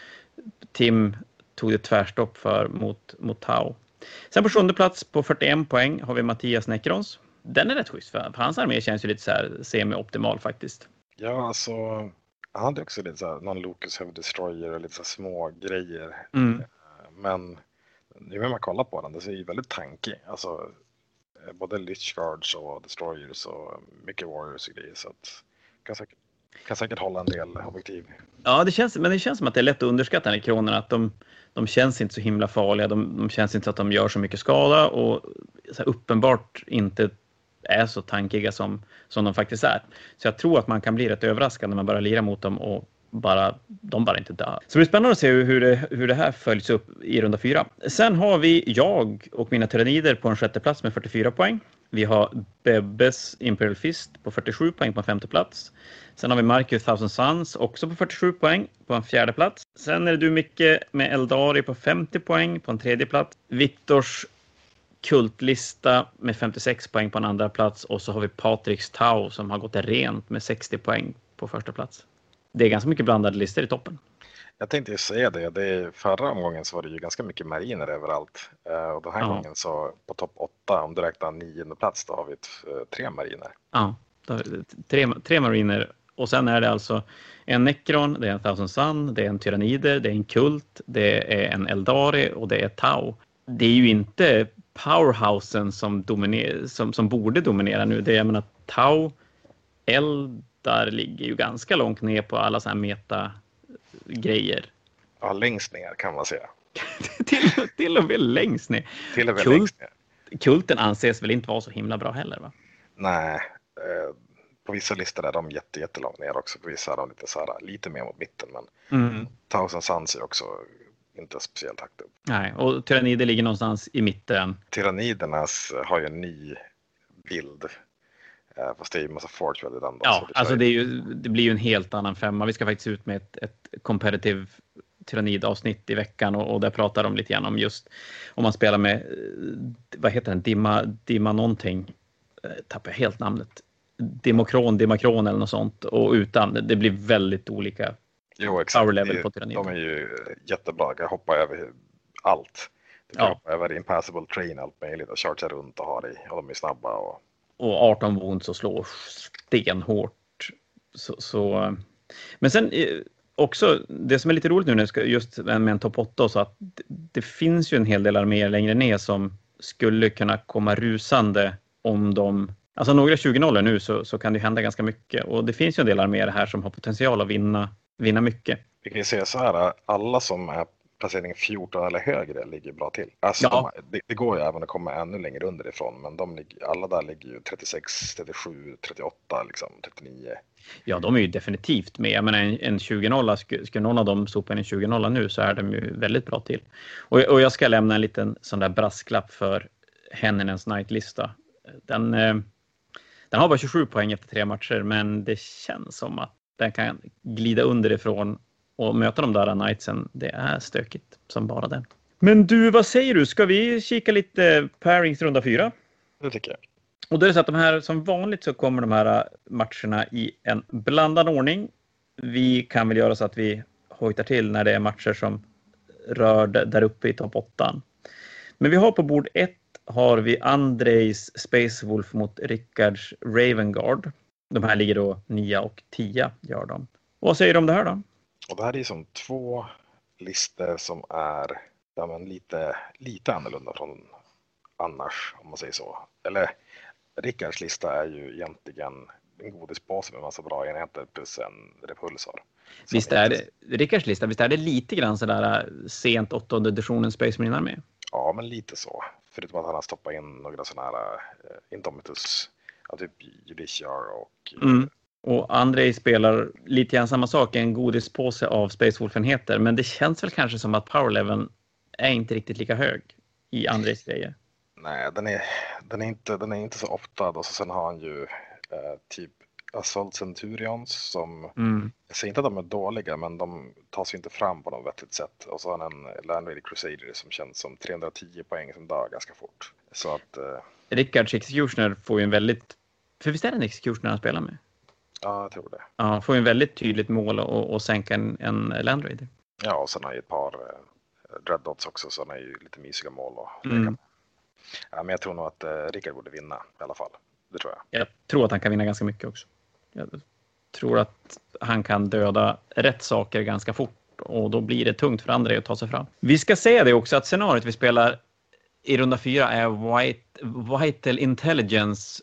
Tim tog det tvärstopp för mot, mot Tau. Sen på sjunde plats på fyrtioen poäng har vi Mattias Necrons. Den är rätt schysst, för hans armé känns ju lite så här semi-optimal faktiskt. Ja, alltså han hade också lite så här, någon Locus Heavy Destroyer och lite så här små grejer. Mm. Men nu när man kollar på den, det ser ju väldigt tankig. Alltså både Lyshguards och Destroyers och mycket Warriors och grejer. Så att kan säkert, kan säkert hålla en del objektiv. Ja, det känns, men det känns som att det är lätt att underskatta den i kronorna. Att de, de känns inte så himla farliga. De, de känns inte att de gör så mycket skada. Och så här, uppenbart inte är så tankiga som, som de faktiskt är. Så jag tror att man kan bli rätt överraskad när man bara lirar mot dem och bara, de bara inte dör. Så det blir spännande att se hur det, hur det här följs upp i runda fyra. Sen har vi jag och mina tyrannider på en sjätte plats med fyrtiofyra poäng. Vi har Bebbes Imperial Fist på fyrtiosju poäng på en femte plats. Sen har vi Marcus Thousand Suns också på fyrtiosju poäng på en fjärde plats. Sen är det du, Micke, med Eldari på femtio poäng på en tredje plats. Viktors kultlista med femtiosex poäng på en andra plats. Och så har vi Patricks Tau som har gått rent med sextio poäng på första plats. Det är ganska mycket blandade listor i toppen. Jag tänkte ju säga det. det förra omgången så var det ju ganska mycket mariner överallt. Och den här ja. gången så på topp åtta, om du räknar nionde plats, då har vi ett, tre mariner. Ja, tre, tre mariner. Och sen är det alltså en Necron, det är en Thousand Sun, det är en Tyrannider, det är en Kult, det är en Eldari och det är Tau. Det är ju inte powerhousen som, dominer, som, som borde dominera nu. Det är, jag menar, Tau, Eldar ligger ju ganska långt ner på alla så här meta-grejer. Ja, längst ner kan man säga. till, till och med längst ner. Till och med Kult, längst ner. Kulten anses väl inte vara så himla bra heller, va? Nej, eh, på vissa listor är de jätte, jättelångt ner också. På vissa är de lite, så här, lite mer mot mitten. Men Mm. Thousand Suns är också inte speciellt högt upp. Nej, och Tyrannider ligger någonstans i mitten. Tyrannidernas har ju en ny bild. Fast det är ju en massa Forge väldigt ändå. Ja, alltså det, är ju, det blir ju en helt annan femma. Vi ska faktiskt ut med ett, ett competitive tyrannid-avsnitt i veckan och, och där pratar de lite grann om just om man spelar med, vad heter den, Dimma, Dimma någonting. Tappar jag helt namnet. Dimokron, Dimakron eller något sånt. Och utan, det blir väldigt olika jo, exakt. power level på tyrannider. De är ju jättebra. Jag hoppar över allt. Du kan ja. hoppa över impassable train, allt möjligt och chargea runt och ha det i. Och de är snabba och och arton wounds och slår stenhårt. Så, så. Men sen också, det som är lite roligt nu när jag ska just med en topp åtta, så att det, det finns ju en hel del arméer längre ner som skulle kunna komma rusande om de, alltså några tjugo noll nu så, så kan det hända ganska mycket. Och det finns ju en del arméer här som har potential att vinna, vinna mycket. Vi kan ju säga så här, alla som är placering fjorton eller högre ligger bra till. Alltså ja. de, det, det går ju även att komma ännu längre underifrån, men de ligger, alla där ligger ju trettiosex, trettiosju, trettioåtta, liksom, trettionio. Ja, de är ju definitivt med. Men en, en tjugo noll, skulle, skulle någon av dem sopa in en tjugo noll nu så är de ju väldigt bra till. Och, och jag ska lämna en liten sån där brasklapp för Hennenens Night-lista. Den, eh, den har bara tjugosju poäng efter tre matcher, men det känns som att den kan glida underifrån och möta de där Knightsen. Det är stökigt som bara den. Men du, vad säger du? Ska vi kika lite pairings runda fyra? Det tycker jag. Och då är det så att de här, som vanligt så kommer de här matcherna i en blandad ordning. Vi kan väl göra så att vi hojtar till när det är matcher som rör där uppe i topp åtta. Men vi har på bord ett har vi Andrejs Space Wolf mot Rickards Ravengard. De här ligger då nio och tio gör de. Och vad säger du om det här då? Och det här är som två listor som är ja, men lite, lite annorlunda från annars, om man säger så. Eller Rickards lista är ju egentligen en godispåse med en massa bra enheter plus en repulsor. Visst är det, Rickards lista, visst är det lite grann sådär sent åttonde editionen Space Marine med? Ja, men lite så. Förutom att han har stoppat in några sådana här uh, Indomitus, ja, typ Judiciar och... Mm. Och Andrei spelar lite grann samma sak, en godispåse av Space Wolf-enheter. Men det känns väl kanske som att powerleveln är inte riktigt lika hög i Andrejs grejer. Nej, den är, den är, inte, den är inte så oftad. Och så sen har han ju eh, typ Assault Centurions som, mm. jag säger inte att de är dåliga, men de tas ju inte fram på något vettigt sätt. Och så har han en Land Raider Crusader som känns som trehundratio poäng som dör ganska fort. Så att... Eh... Rickards Executioner får ju en väldigt... För visst är det en Executioner han spelar med? Ja, jag tror det. Ja, får ju en väldigt tydligt mål att sänka en, en Land Raider. Ja, och sen har ju ett par eh, Dreadnoughts också, så han är ju lite mysiga mål och mm. Ja, men jag tror nog att eh, Rickard borde vinna i alla fall. Det tror jag. Jag tror att han kan vinna ganska mycket också. Jag tror att han kan döda rätt saker ganska fort och då blir det tungt för andra att ta sig fram. Vi ska säga det också att scenariot vi spelar i runda fyra är White, Vital Intelligence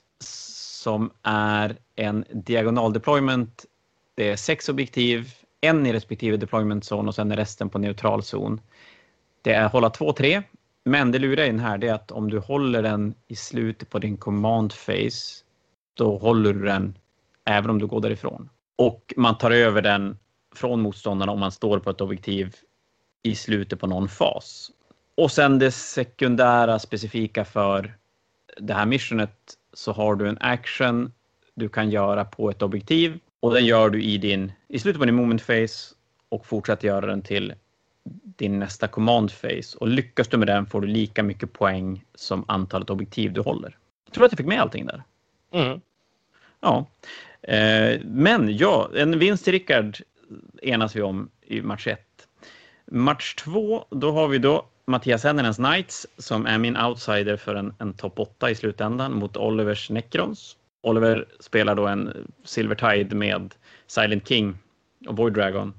som är en diagonal deployment. Det är sex objektiv, en i respektive deployment zone och sen är resten på neutral zon. Det är hålla två tre. Men det lurar in här det är att om du håller den i slutet på din command phase, då håller du den även om du går därifrån. Och man tar över den från motståndarna om man står på ett objektiv i slutet på någon fas. Och sen det sekundära specifika för det här missionet, så har du en action du kan göra på ett objektiv och den gör du i din i slutet på din moment phase och fortsätter göra den till din nästa command phase. Och lyckas du med den får du lika mycket poäng som antalet objektiv du håller. Jag tror att jag fick med allting där. Mm. Ja. Eh, men ja, en vinst till Rickard enas vi om i match ett. Match två, då har vi då Mattias Hennenens Knights som är min outsider för en, en topp åtta i slutändan mot Olivers Necrons. Oliver spelar då en Silver Tide med Silent King och Void Dragon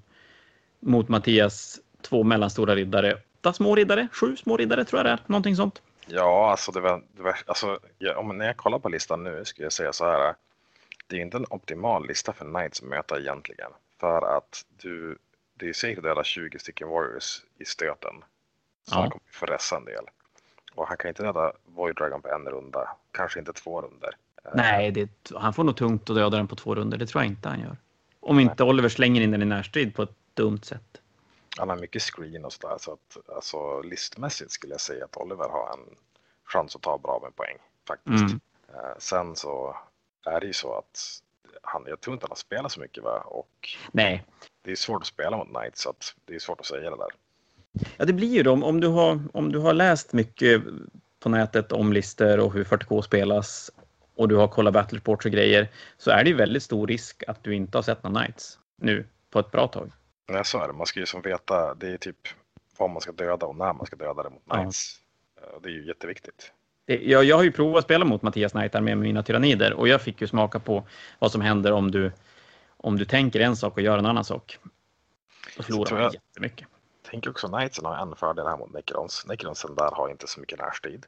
mot Mattias två mellanstora riddare, åtta små riddare, sju små riddare tror jag det är, någonting sånt. Ja, alltså, det var, det var, alltså ja, om, när jag kollar på listan nu skulle jag säga så här, det är inte en optimal lista för Knights att möta egentligen. För att du, det är säkert att döda tjugo stycken Warriors i stöten. Så ja. Han kommer få resa en del. Och han kan inte döda Void Dragon på en runda, kanske inte två runder. Nej, det, han får nog tungt att döda den på två runder. Det tror jag inte han gör. Om inte Oliver slänger in den i närstrid på ett dumt sätt. Han har mycket screen och sådär, så att alltså, listmässigt skulle jag säga att Oliver har en chans att ta bra med poäng faktiskt. Mm. Eh, sen så är det ju så att han, jag tror inte han har spelat så mycket, va? Och Nej. det är svårt att spela mot Knights, så att det är svårt att säga det där. Ja, det blir ju då, om du har, om du har läst mycket på nätet om lister och hur fyrtio K spelas och du har kollat battle reports och grejer, så är det ju väldigt stor risk att du inte har sett någon Knights nu på ett bra tag. Nej, så är det. Man ska ju som veta, det är typ vad man ska döda och när man ska döda det mot Ja. Knights. Eh, Det är ju jätteviktigt. Det, jag, jag har ju provat att spela mot Mattias Knightar med mina tyrannider och jag fick ju smaka på vad som händer om du, om du tänker en sak och gör en annan sak. Då förlorar tror man jag- jättemycket. Jag tänker också Knightsen har en fördel här mot Necrons. Necronsen där har inte så mycket närstrid.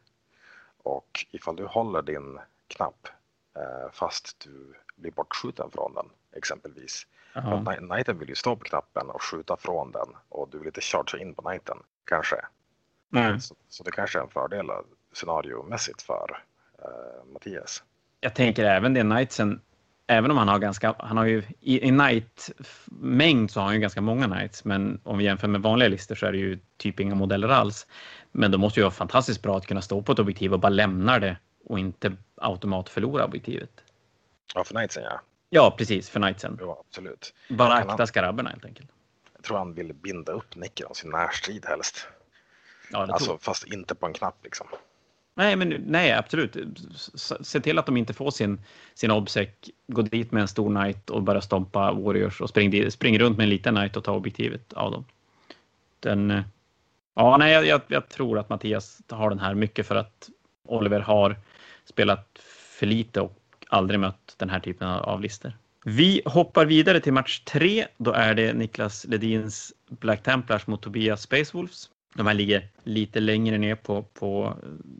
Och ifall du håller din knapp eh, fast du blir bortskjuten från den exempelvis. Jaha. För Knighten vill ju stå på knappen och skjuta från den och du vill inte chargea in på Knighten, kanske. Nej. Så, så det kanske är en fördel scenariomässigt för eh, Mattias. Jag tänker även det Knightsen, även om han har ganska, han har ju i, i Knight-mängd så har han ju ganska många Knights, men om vi jämför med vanliga listor så är det ju typ inga modeller alls. Men då måste ju vara fantastiskt bra att kunna stå på ett objektiv och bara lämna det och inte automat förlora objektivet. Ja, för Knightsen ja. Ja, precis, för Knightsen. Ja, absolut. Bara Kan akta han- skarabberna helt enkelt. Jag tror han vill binda upp Necrons i närstrid helst. Ja, det Alltså tror fast inte på en knapp liksom. Nej, men nej, absolut. S- Se till att de inte får sin, sin obsec, gå dit med en stor knight och bara stompa warriors och spring, dit, spring runt med en liten knight och ta objektivet av dem. Den, eh, ja, nej, jag, jag, jag tror att Mattias har den här mycket för att Oliver har spelat för lite och aldrig mött den här typen av, av listor. Vi hoppar vidare till match tre. Då är det Niklas Ledins Black Templars mot Tobias Space Wolves. De här ligger lite längre ner på, på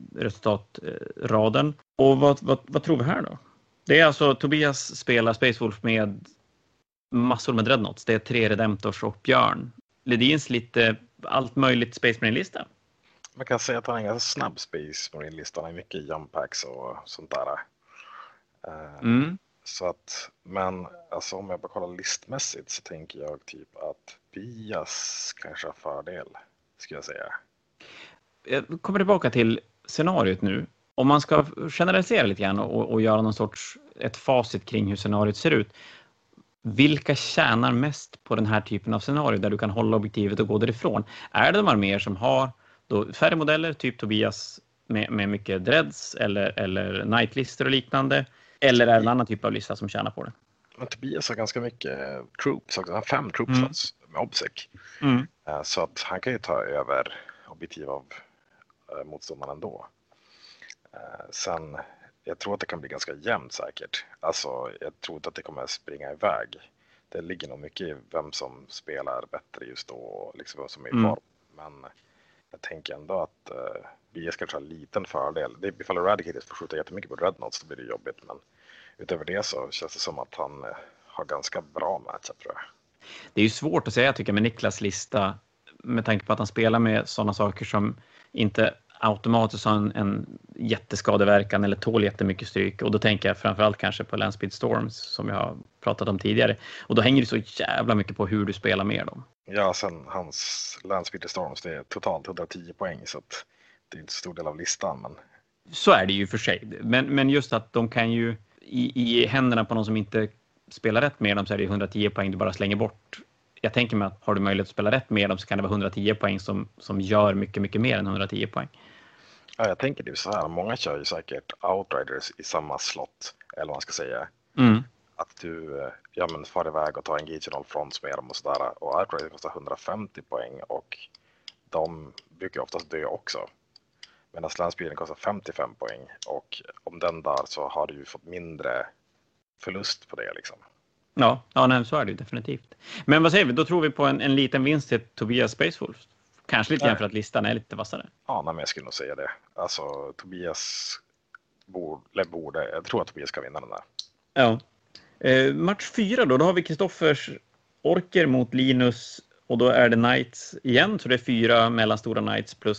resultatraden. Och vad, vad, vad tror vi här då? Det är alltså Tobias spelar Space Wolf med massor med dreadnoughts. Det är tre Redemptors och Björn. Ledins lite allt möjligt Space Marine-lista. Man kan säga att han är en ganska snabb Space Marine-lista. Han har mycket jump packs och sånt där. Eh, Mm. Så att, men alltså om jag bara kollar listmässigt så tänker jag typ att Bias kanske har fördel, skulle jag säga. Jag kommer tillbaka till scenariot nu. Om man ska generalisera lite grann och, och göra någon sorts ett facit kring hur scenariot ser ut. Vilka tjänar mest på den här typen av scenario där du kan hålla objektivet och gå därifrån? Är det de arméer som har då färre modeller, typ Tobias med, med mycket dreads eller, eller nightlister och liknande? Eller är det en annan typ av lista som tjänar på det? Men Tobias har ganska mycket troops också. Han har fem troop Mm. slots med obsec. Mm. Eh, Så att han kan ju ta över objektiv av eh, motståndaren ändå. Eh, Sen, jag tror att det kan bli ganska jämnt säkert. Alltså, jag tror inte att det kommer springa iväg. Det ligger nog mycket i vem som spelar bättre just då och liksom vem som är i Mm. form. Men jag tänker ändå att uh, B S kanske har en liten fördel. Det är ifall Eradicated får skjuta jättemycket på Dreadnoughts, då blir det jobbigt. Men utöver det så känns det som att han uh, har ganska bra matchup, tror jag. Det är ju svårt att säga tycker jag med Niklas lista med tanke på att han spelar med sådana saker som inte automatiskt har en, en jätteskadeverkan eller tål jättemycket stryk. Och då tänker jag framförallt kanske på Landspeed Storms som jag har pratat om tidigare. Och då hänger det så jävla mycket på hur du spelar med dem. Ja, sen hans Landspeed Storms, det är totalt hundratio poäng, så att det är inte så stor del av listan. Men Så är det ju för sig. Men, men just att de kan ju i, i händerna på någon som inte spelar rätt med dem så är det hundratio poäng du bara slänger bort. Jag tänker mig att har du möjlighet att spela rätt med dem så kan det vara hundratio poäng som, som gör mycket, mycket mer än hundratio poäng. ja, jag tänker det är så här, många kör ju säkert Outriders i samma slott, eller vad man ska säga. Mm. Att du eh, ja, men far iväg och tar en Gage och fronts med dem och sådär. Och Outriders kostar hundrafemtio poäng och de brukar oftast dö också. Medan Landspeeden kostar femtiofem poäng och om den där så har du ju fått mindre förlust på det liksom. Ja, ja nej, så är det ju definitivt. Men vad säger vi? Då tror vi på en, en liten vinst till Tobias Space Wolf. Kanske lite Nej. grann för att listan är lite vassare. Ja, nej, men jag skulle nog säga det. Alltså Tobias borde, eller borde, jag tror att Tobias ska vinna den där. Ja. Eh, match fyra då, då har vi Kristoffers orker mot Linus och då är det Knights igen. Så det är fyra mellanstora Knights plus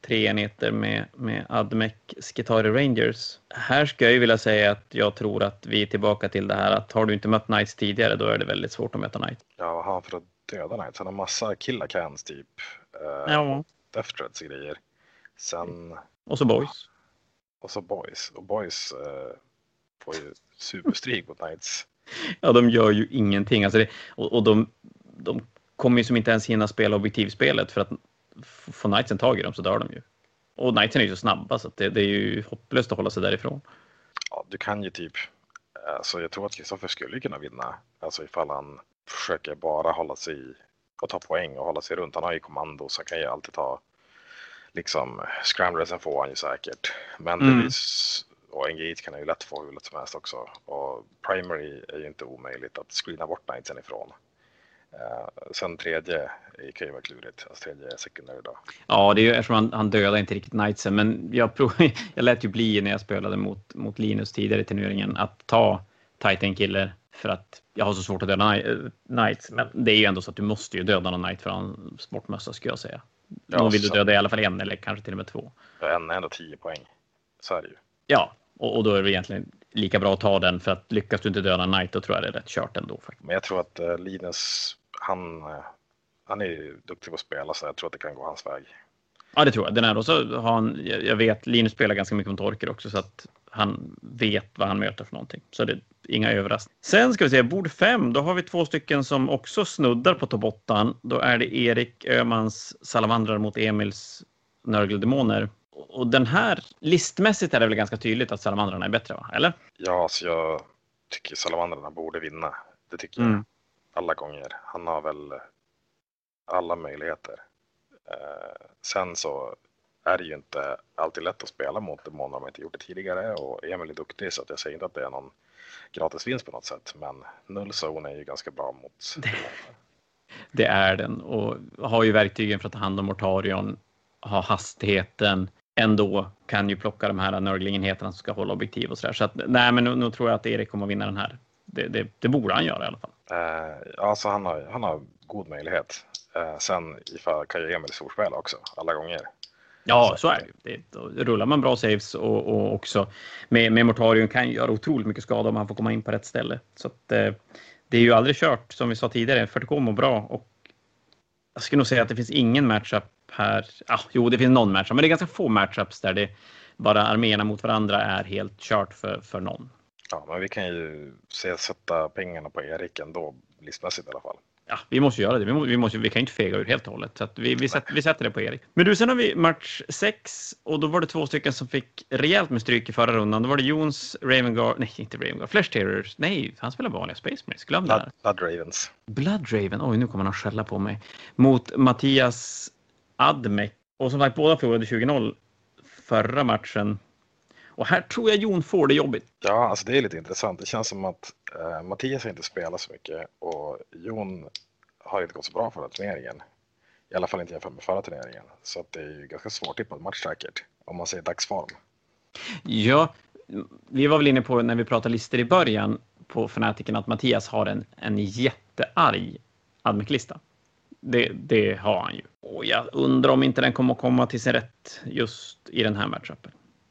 tre enheter med, med Admec, Skitarii Rangers. Här ska jag ju vilja säga att jag tror att vi är tillbaka till det här att har du inte mött Knights tidigare, då är det väldigt svårt att möta Knights. Ja, vad har han för att döda Knights? Han har massa killa cans typ. Eh, Ja. Death Threats och grejer. Sen... Och så Boys. Och så Boys. Och Boys eh, får ju superstryk mot Knights. Ja, de gör ju ingenting. Alltså det, och och de, de kommer ju som inte ens hinna spela objektivspelet för att få Knightsen tag i dem så dör de ju. Och Knightsen är ju så snabba så att det, det är ju hopplöst att hålla sig därifrån. Ja, du kan ju typ... Alltså jag tror att Kristoffer skulle kunna vinna. Alltså ifall han försöker bara hålla sig och ta poäng och hålla sig runt. Han har ju kommando så han kan ju alltid ta liksom scramblesen får han ju säkert. Men Mm. det vis, och Engage kan han ju lätt få hur lätt som helst också. Och Primary är ju inte omöjligt att screena bort Knightsen ifrån. Uh, sen tredje kan ju vara klurigt. Alltså tredje secondary då. Ja, det är ju eftersom han, han dödade inte riktigt Knightsen. Men jag, prov, jag lät ju bli när jag spelade mot, mot Linus tidigare i turneringen att ta Titan Killer. För att jag har så svårt att döda Knights. Men det är ju ändå så att du måste ju döda någon Knight för en sportmössa skulle jag säga. Ja, Då vill du så- döda i alla fall en eller kanske till och med två. En är ändå tio poäng. Så är det ju. Ja, och, och då är det egentligen lika bra att ta den. För att lyckas du inte döda en Knight, då tror jag det är rätt kört ändå faktiskt. Men jag tror att uh, Linus, han, uh, han är ju duktig på att spela så jag tror att det kan gå hans väg. Ja, det tror jag. Den är också har han, jag jag vet, Linus spelar ganska mycket mot orker också så att han vet vad han möter för någonting. Så det är inga överraskningar. Sen ska vi se, bord fem, då har vi två stycken som också snuddar på topp åtta. Då är det Erik Ömans Salamandrar mot Emils Nörgeldemoner. Och den här, listmässigt är det väl ganska tydligt att Salamandrarna är bättre, va? Eller? Ja, så jag tycker Salamandrarna borde vinna. Det tycker Mm. jag alla gånger. Han har väl alla möjligheter. Uh, sen så är det ju inte alltid lätt att spela mot demoner om man inte gjort det tidigare. Och Emil är duktig så att jag säger inte att det är någon gratis vinst på något sätt. Men nullzone är ju ganska bra mot demoner. Det är den och har ju verktygen för att ta hand om Mortarion, ha hastigheten, ändå kan ju plocka de här nörglingenheterna som ska hålla objektiv och sådär. Så att, nej, men nu, nu tror jag att Erik kommer att vinna den här. Det, det, det borde han göra i alla fall. Uh, ja, så han har, han har god möjlighet. Uh, sen ifall kan ju Emil storspela också, alla gånger. Ja, så är det ju. Det, då rullar man bra saves och, och också med, med Mortarion kan ju göra otroligt mycket skada om han får komma in på rätt ställe. Så att, eh, det är ju aldrig kört, som vi sa tidigare. fyrtio K mår bra och jag skulle nog säga att det finns ingen matchup här. Ah, jo, det finns någon matchup, men det är ganska få matchups där det bara arméerna mot varandra är helt kört för, för någon. Ja, men vi kan ju se, sätta pengarna på Erik ändå, listmässigt i alla fall. Ja, vi måste göra det. Vi, må, vi, måste, vi kan inte fega ur helt och hållet. Så att vi, vi, sätter, vi sätter det på Erik. Men du, sen har vi match sex. Och då var det två stycken som fick rejält med stryk i förra rundan. Då var det Jons Ravengard. Nej, inte Ravengard. Flash Terrors. Nej, han spelar vanliga Space Marines. Glöm det här. Blood, Blood Ravens. Blood Raven. Oj, nu kommer han skälla på mig. Mot Mattias Admec. Och som sagt, båda förlorade tjugo noll förra matchen. Och här tror jag Jon får det jobbigt. Ja, alltså det är lite intressant. Det känns som att eh, Mattias har inte spelat så mycket och Jon har inte gått så bra för den turneringen. I alla fall inte jämfört med förra turneringen. Så att det är ju ganska svårt tippat match säkert, om man säger dagsform. Ja, vi var väl inne på när vi pratade listor i början på Fanatiken att Mattias har en, en jättearg Admec-lista. Det, det har han ju. Och jag undrar om inte den kommer att komma till sin rätt just i den här matchupen.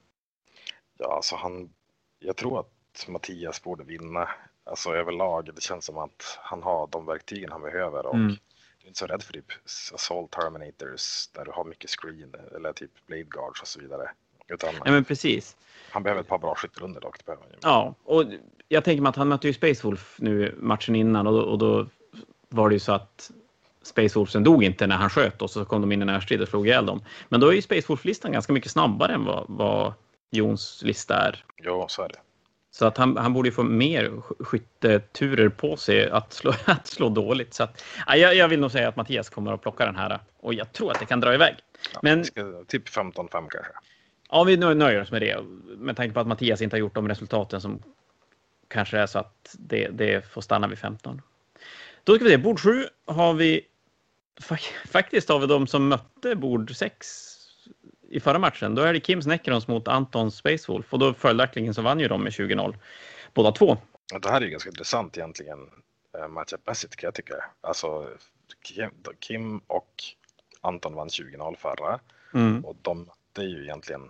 Ja, alltså han, jag tror att Mattias borde vinna. Alltså överlag, det känns som att han har de verktygen han behöver och Mm. du är inte så rädd för typ Assault Terminators där du har mycket screen eller typ Blade Guards och så vidare. Utan Ja, men precis. han behöver ett par bra skytterunder dock. Det behöver han ju. Ja, och jag tänker mig att han mötte ju Space Wolf nu matchen innan och då, och då var det ju så att Space Wolfsen dog inte när han sköt och så kom de in i närstrid och slog ihjäl dem. Men då är ju Space Wolf-listan ganska mycket snabbare än vad, vad Jons lista är. Jo, så är det. Så att han, han borde ju få mer sk- skytteturer på sig att slå, att slå dåligt. Så att, ja, jag, jag vill nog säga att Mattias kommer att plocka den här. Och jag tror att det kan dra iväg. Ja, Men- vi ska, typ femton fem kanske. Ja, vi nö- nöjer oss med det. Med tanke på att Mattias inte har gjort de resultaten som kanske är så att det, det får stanna vid femton. Då ska vi se. Bord sju har vi... fa- Faktiskt har vi de som mötte bord sex i förra matchen. Då är det Kims Necrons mot Antons Space Wolf. Och då följaktligen så vann ju de med tjugo noll. Båda två. Och det här är ju ganska intressant egentligen eh, matchup-mässigt kan jag tycka. Alltså Kim, Kim och Anton vann tjugo noll förra Mm. Och de det är ju egentligen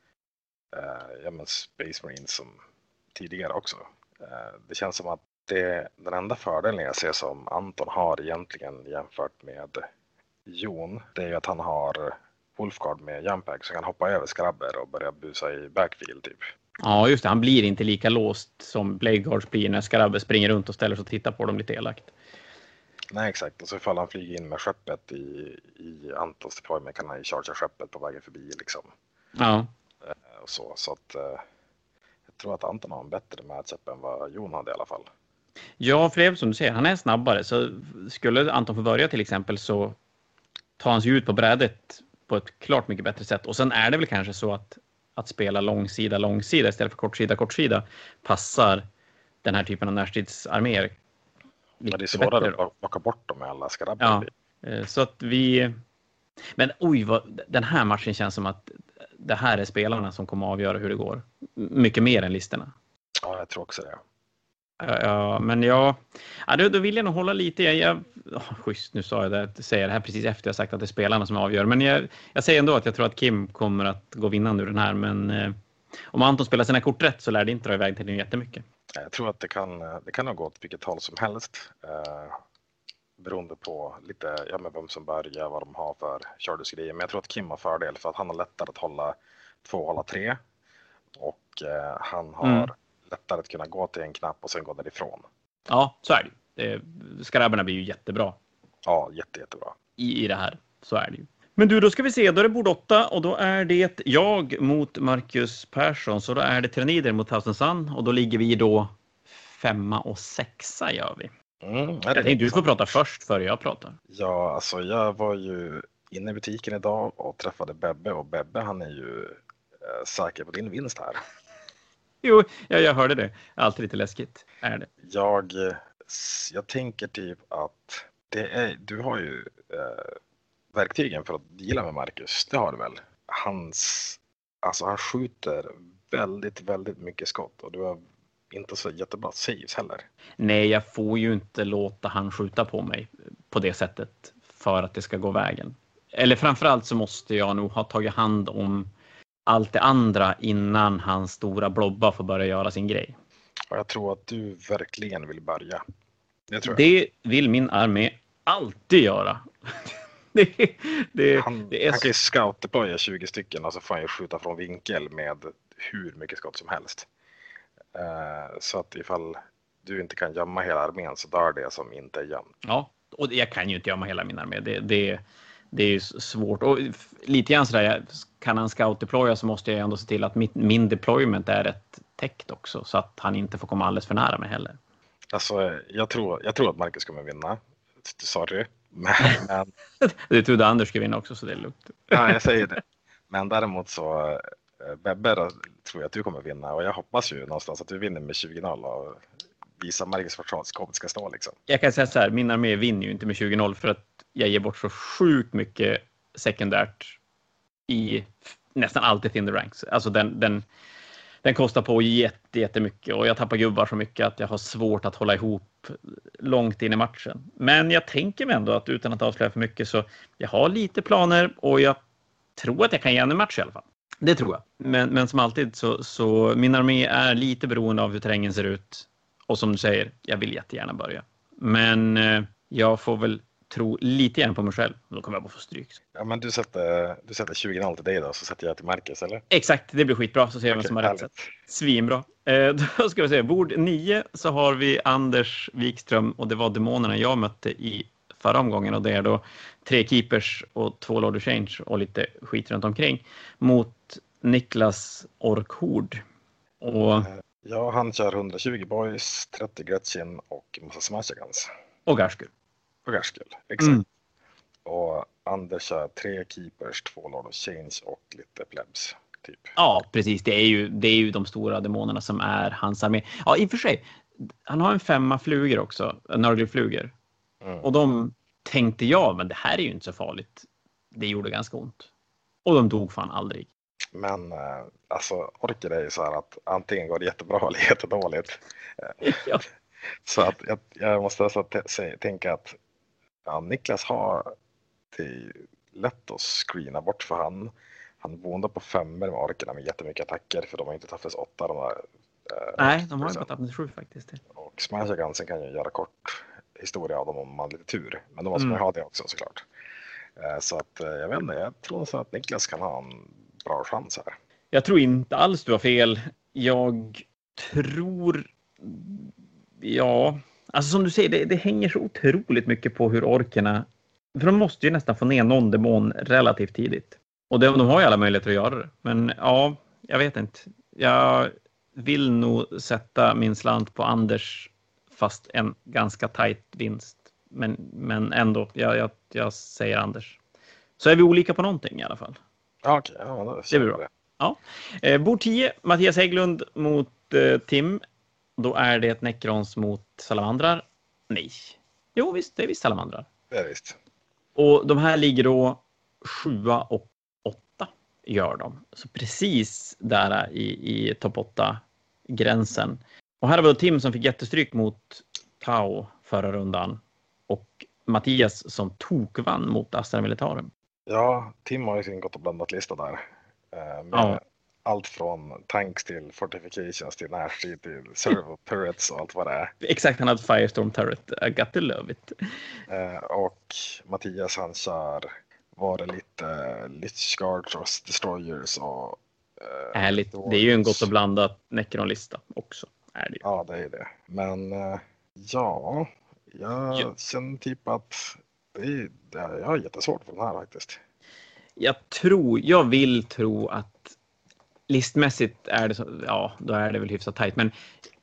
eh, ja, men Space Marines som tidigare också. Eh, det känns som att det, den enda fördelen jag ser som Anton har egentligen jämfört med Jon, det är ju att han har Wolfguard med Jumpack som kan hoppa över skrabber och börja busa i backfield typ. Ja, just det. Han blir inte lika låst som Blade Guards blir när Skarabbe springer runt och ställer sig och tittar på dem lite elakt. Nej, exakt. Och så ifall han flyger in med skeppet i, i Antons deployment kan han ju chargea skeppet på vägen förbi liksom. Ja. Eh, och så, så att eh, jag tror att Anton har en bättre matchup än vad Jon hade i alla fall. Ja, för det är som du säger, han är snabbare. Så skulle Anton få börja till exempel så tar han sig ut på brädet på ett klart mycket bättre sätt. Och sen är det väl kanske så att att spela långsida, långsida istället för kortsida, kortsida passar den här typen av närstridsarméer. Men det är svårare att baka bort dem med alla skrabbar. Ja, så att vi... Men oj, vad... den här matchen känns som att det här är spelarna som kommer att avgöra hur det går. Mycket mer än listorna. Ja, jag tror också det. Ja, men jag... Ja, då, då vill jag nog hålla lite... Jag, jag... Oh, schysst, nu sa jag det. Säger det här precis efter jag sagt att det är spelarna som avgör. Men jag, jag säger ändå att jag tror att Kim kommer att gå vinnande ur den här. Men eh, om Anton spelar sina kort rätt så lär det inte dra iväg till den jättemycket. Jag tror att det kan, det kan ha gått vilket håll som helst. Eh, beroende på lite, ja, med vem som börjar, vad de har för kördesgrejer. Men jag tror att Kim har fördel för att han har lättare att hålla två och hålla tre. Och eh, han har mm. lättare att kunna gå till en knapp och sen gå därifrån. Ja, så är det ju. Skarabberna blir ju jättebra. Ja, jätte, jättebra. I, I det här, så är det ju. Men du, då ska vi se. Då är det bord åtta och då är det jag mot Marcus Persson. Så då är det Tyrannider mot Thousand Sun och då ligger vi då femma och sexa gör vi. Mm, jag tänkte du får prata först före jag pratar. Ja, alltså jag var ju inne i butiken idag och träffade Bebbe och Bebbe han är ju äh, säker på din vinst här. Jo, ja, jag hörde det. Alltid lite läskigt är det. Jag, jag tänker typ att det är, du har ju äh, verktygen för att deala med Marcus, det har du väl? Hans, alltså han skjuter väldigt, väldigt mycket skott och du har inte så jättebra saves heller. Nej, jag får ju inte låta han skjuta på mig på det sättet för att det ska gå vägen. Eller framförallt så måste jag nog ha tagit hand om allt det andra innan hans stora blobba får börja göra sin grej. Och jag tror att du verkligen vill börja. Det, tror jag. Det vill min armé alltid göra. det, det, han, det är han kan ju scoutdeploya tjugo stycken och så får han ju skjuta från vinkel med hur mycket skott som helst. Uh, så att ifall du inte kan gömma hela armén så dör det som inte är gömt. Ja, och jag kan ju inte gömma hela min armé. Det, det, det är ju svårt. Och lite grann sådär, kan han scout-deploya så måste jag ändå se till att mitt, min deployment är rätt täckt också. Så att han inte får komma alldeles för nära mig heller. Alltså, jag tror, jag tror att Marcus kommer vinna. Sorry. Men, men... det trodde Anders skulle vinna också, så det är lugnt. Ja, jag säger det. Men däremot så Bebbe då, tror jag att du kommer vinna. Och jag hoppas ju någonstans att du vinner med tjugo noll och visar Marcus vart skåpet ska stå liksom. Jag kan säga så här, min armé vinner ju inte med tjugo noll för att jag ger bort så sjukt mycket sekundärt i nästan alltid in the ranks. Alltså den, den, den kostar på jätte, jättemycket och jag tappar gubbar så mycket att jag har svårt att hålla ihop långt in i matchen. Men jag tänker mig ändå att utan att avslöja för mycket så jag har lite planer och jag tror att jag kan ge en match i alla fall. Det tror jag. Men, men som alltid så, så min armé är lite beroende av hur terrängen ser ut. Och som du säger, jag vill jättegärna börja. Men eh, jag får väl tro lite grann på mig själv. Då kommer jag bara få stryk. Ja, men du sätter, du sätter tjugo noll till dig då, så sätter jag till Marcus, eller? Exakt, det blir skitbra. Så ser jag vem som har rätt sätt. Svinbra. Eh, då ska vi se, bord nio så har vi Anders Wikström. Och det var demonerna jag mötte i förra omgången. Och det är då tre keepers och två Lord of Change och lite skit runt omkring. Mot Niklas Orkhord. Och... Ja, han kör hundratjugo boys, trettio Gretchen och massa smashagans. Och Garskull. Och Garskull, exakt. Mm. Och Anders kör tre keepers, två Lord of Change och lite plebs, typ. Ja, precis. Det är ju, det är ju de stora demonerna som är hans armé. Ja, i och för sig. Han har en femma flugor också, nörgelflugor. Mm. Och de tänkte jag, men det här är ju inte så farligt. Det gjorde ganska ont. Och de dog fan aldrig. Men alltså orkar det är ju så här att antingen går det jättebra eller jättedåligt. Ja. Så att jag, jag måste alltså t- tänka att ja, Niklas har det lätt att screena bort för han. Han bondar på femmer med orkerna med jättemycket attacker för de har inte toughness åtta de här. Eh, Nej, de har ju bara toughness sju faktiskt. Och Smash Gunsen kan ju göra kort historia av dem om man har lite tur. Men då måste Mm. man ju ha det också såklart. Eh, så att eh, jag vet inte, jag tror så att Niklas kan ha en bra chans här. Jag tror inte alls du har fel. Jag tror... Ja, alltså som du säger, det, det hänger så otroligt mycket på hur orkerna... För de måste ju nästan få ner någon demon relativt tidigt. Och de, de har ju alla möjligheter att göra det. Men ja, jag vet inte. Jag vill nog sätta min slant på Anders fast en ganska tajt vinst. Men, men ändå, jag, jag, jag säger Anders. Så är vi olika på någonting i alla fall. Ja, okej. Ja, då Det blir bra. Ja. Eh, bord tio, Mattias Hägglund mot eh, Tim. Då är det ett Necrons mot Salamandrar. Nej. Jo, visst, det är visst Salamandrar. Det är visst. Och de här ligger då sjua och åtta gör de. Så precis där i, i topp åtta gränsen. Och här var det Tim som fick jättestryk mot Tau förra rundan. Och Mattias som tokvann mot Astra Militarum. Ja, Tim har ju sin gott och blandat lista där. Eh, med Ja. allt från tanks till fortifications till närstrid till servo turrets och allt vad det är. Exakt, han hade Firestorm Turret. I got to love it. Eh, och Mattias han kör, var det lite Lich Guards och Destroyers och... Eh, Härligt. Det är ju en gott och blandat Necron-lista också. Är det ju. Ja, det är det. Men eh, ja, jag Ja. känner typ att det är, det är, jag har jättesvårt för den här faktiskt. Jag tror, jag vill tro att listmässigt är det så, ja, då är det väl hyfsat tajt. Men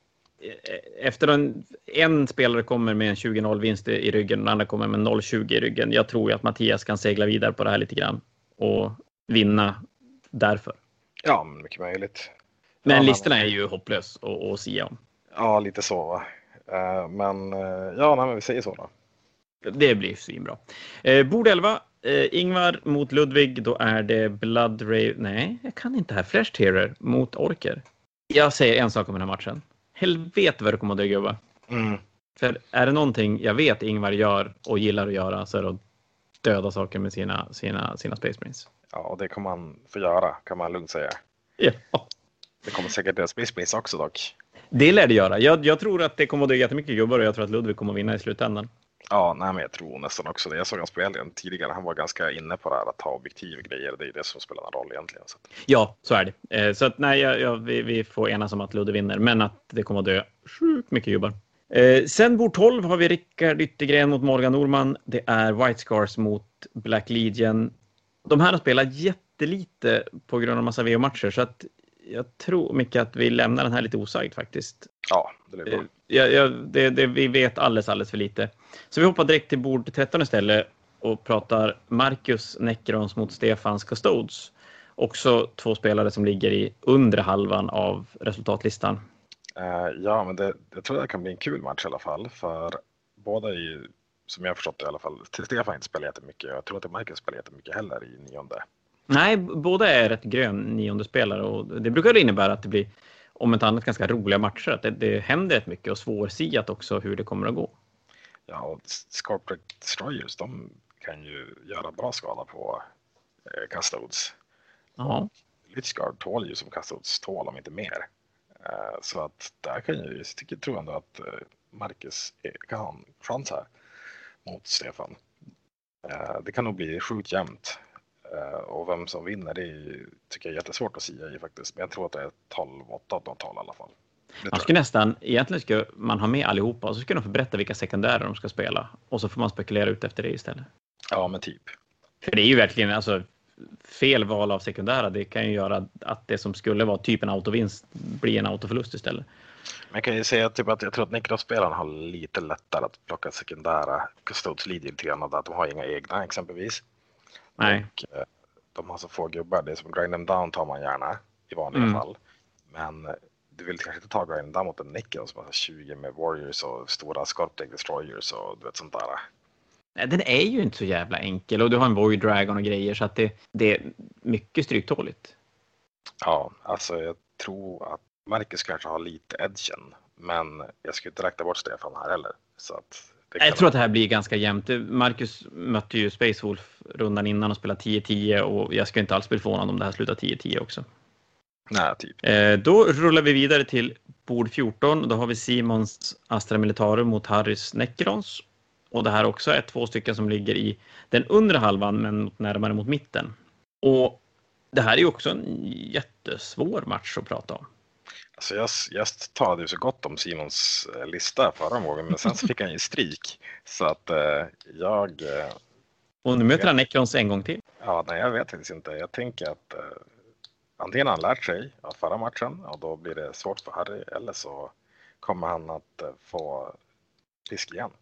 efter en, en spelare kommer med en tjugo noll vinst i ryggen och den andra kommer med noll tjugo i ryggen. Jag tror ju att Mattias kan segla vidare på det här lite grann och vinna därför. Ja, men mycket möjligt. Men Ja, listorna är ju hopplös att, att sia om. Ja, lite så va. Eh, men eh, ja, nej, men vi säger så då. Det blir svinbra. Eh, bord elva, eh, Ingvar mot Ludvig. Då är det Blood Rave. Nej, jag kan inte här. Flash Terror mot Orker. Jag säger en sak om den här matchen. Helvete vad det kommer att döga gubbar. Mm. För är det någonting jag vet Ingvar gör och gillar att göra så är det att döda saker med sina, sina, sina Space Marines. Ja, och det kommer man få göra, kan man lugnt säga. Ja, Det kommer säkert deras Space Marines också dock. det lär det göra. Jag, jag tror att det kommer att döga jättemycket gubbar och jag tror att Ludvig kommer att vinna i slutändan. Ja, nej, men jag tror nästan också det. Jag såg hans spel tidigare, han var ganska inne på det här att ta objektiv grejer. Det är det som spelar en roll egentligen. Så. Ja, så är det. Eh, så att nej, jag, jag, vi, vi får enas om att Ludde vinner, men att det kommer att dö sjukt mycket gubbar. Eh, sen bord tolv har vi Rickard Yttergren mot Morgan Norman. Det är White Scars mot Black Legion. De här har spelat jättelite på grund av massa V O-matcher, så att jag tror mycket att vi lämnar den här lite osagd faktiskt. Ja, det är bra. Eh, ja, ja, det, det, vi vet alldeles, alldeles för lite. Så vi hoppar direkt till bord tretton istället och pratar Marcus Necrons mot Stefans Custodes. Också två spelare som ligger i undre halvan av resultatlistan. Uh, ja, men det, jag tror det kan bli en kul match i alla fall. För båda är ju, som jag har förstått det i alla fall, Stefan inte spelar jättemycket. Jag tror inte Marcus spelar jättemycket heller i nionde. Nej, båda är rätt grön nionde spelare och det brukar innebära att det blir om ett annat ganska roliga matcher. Att det, det händer rätt mycket och svårsiat också hur det kommer att gå. Ja, och Scorpion Destroyers, de kan ju göra bra skada på eh, Custodes. Ja. Lich Guard tål ju som Custodes tål, om inte mer. Uh, så att där kan jag ju, jag tror ändå att uh, Marcus kan ha en chans här mot Stefan. Uh, det kan nog bli sjukt jämnt. Uh, och vem som vinner, det är ju, tycker jag är jättesvårt att säga i faktiskt. Men jag tror att det är tolv åtta åt tal i alla fall. Det Man ska nästan, egentligen ska man ha med allihopa och så ska de få berätta vilka sekundärer de ska spela. Och så får man spekulera ut efter det istället. Ja, men typ. För det är ju verkligen, alltså fel val av sekundära, det kan ju göra att det som skulle vara typ en autovinst blir en autoförlust istället. Men jag kan ju säga typ att jag tror att Necros-spelarna har lite lättare att plocka sekundära. Custodes lider lite grann av att de har inga egna exempelvis. Nej. Och eh, de har så få gubbar. Det är som grind them down tar man gärna i vanliga Mm. fall. Men eh, du vill kanske inte ta grind them down mot en Necron som har tjugo med warriors och stora Scorpion Destroyers och du vet sånt där. Nej, den är ju inte så jävla enkel och du har en Void Dragon och grejer så att det, det är mycket stryktåligt. Ja, alltså jag tror att Marcus kanske har lite edgen. Men jag ska inte räkna bort Stefan här heller. Så att Jag tror att det här blir ganska jämnt. Marcus mötte ju Space Wolf rundan innan och spelade tio tio och jag ska inte alls bli förvånad om det här slutar tio tio också. Nej, typ. Eh, då rullar vi vidare till bord fjorton. Då har vi Simons Astra Militarum mot Harrys Necrons. Och det här också är två stycken som ligger i den undre halvan men närmare mot mitten. Och det här är ju också en jättesvår match att prata om. Alltså jag, jag talade ju så gott om Simons lista förra gången, men sen så fick han ju stryk. Så att eh, jag... Eh, och nu möter han Necrons en gång till. Ja, nej, jag vet faktiskt inte. Jag tänker att eh, antingen har han lärt sig av förra matchen och då blir det svårt för Harry, eller så kommer han att eh, få risk igen.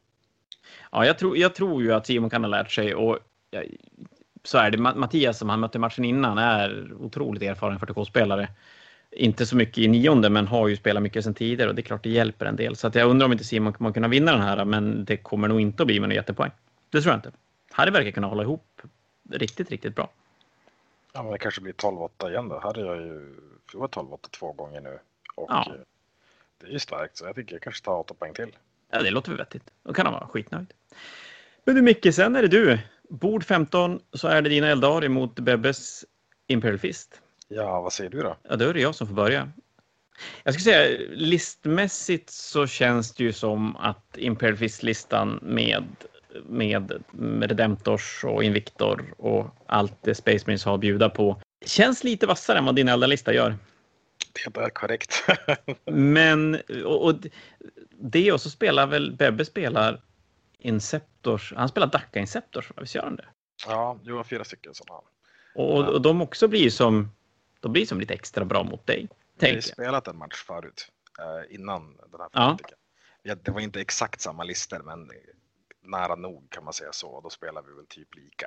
Ja, jag tror, jag tror ju att Simon kan ha lärt sig och ja, så är det. Mattias som han mötte matchen innan är otroligt erfaren fyrtio K-spelare. Inte så mycket i nionde men har ju spelat mycket sedan tidigare och det är klart det hjälper en del. Så att jag undrar om inte Simon kommer kunna vinna den här, men det kommer nog inte att bli med några jättepoäng. Det tror jag inte. Harry verkar kunna hålla ihop riktigt, riktigt bra. Ja, men det kanske blir tolv åtta igen då. Harry har ju förlorat tolv åtta två gånger nu och ja. Det är ju starkt så jag tycker jag kanske tar åtta poäng till. Ja, det låter väl vettigt. Då kan han vara skitnöjd. Men du Micke, sen är det du. Bord femton så är det dina Eldar emot Bebbes Imperial Fist. Ja, vad säger du då? Ja, då är det jag som får börja. Jag ska säga, listmässigt så känns det ju som att Imperial Fist-listan med, med Redemptors och Invictor och allt det Space Marines har att bjuda på känns lite vassare än vad din Eldar-lista gör. Det är korrekt. Men, och, och det och så spelar väl, Bebbe spelar Inceptors, han spelar Dacca Inceptors, visst gör han det? Ja, du har fyra stycken sådana. Och, och de också blir som, de blir som lite extra bra mot dig. Vi har spelat en match förut, eh, innan den här fanatiken. Ja. Det var inte exakt samma listor, men nära nog kan man säga så. Då spelar vi väl typ lika.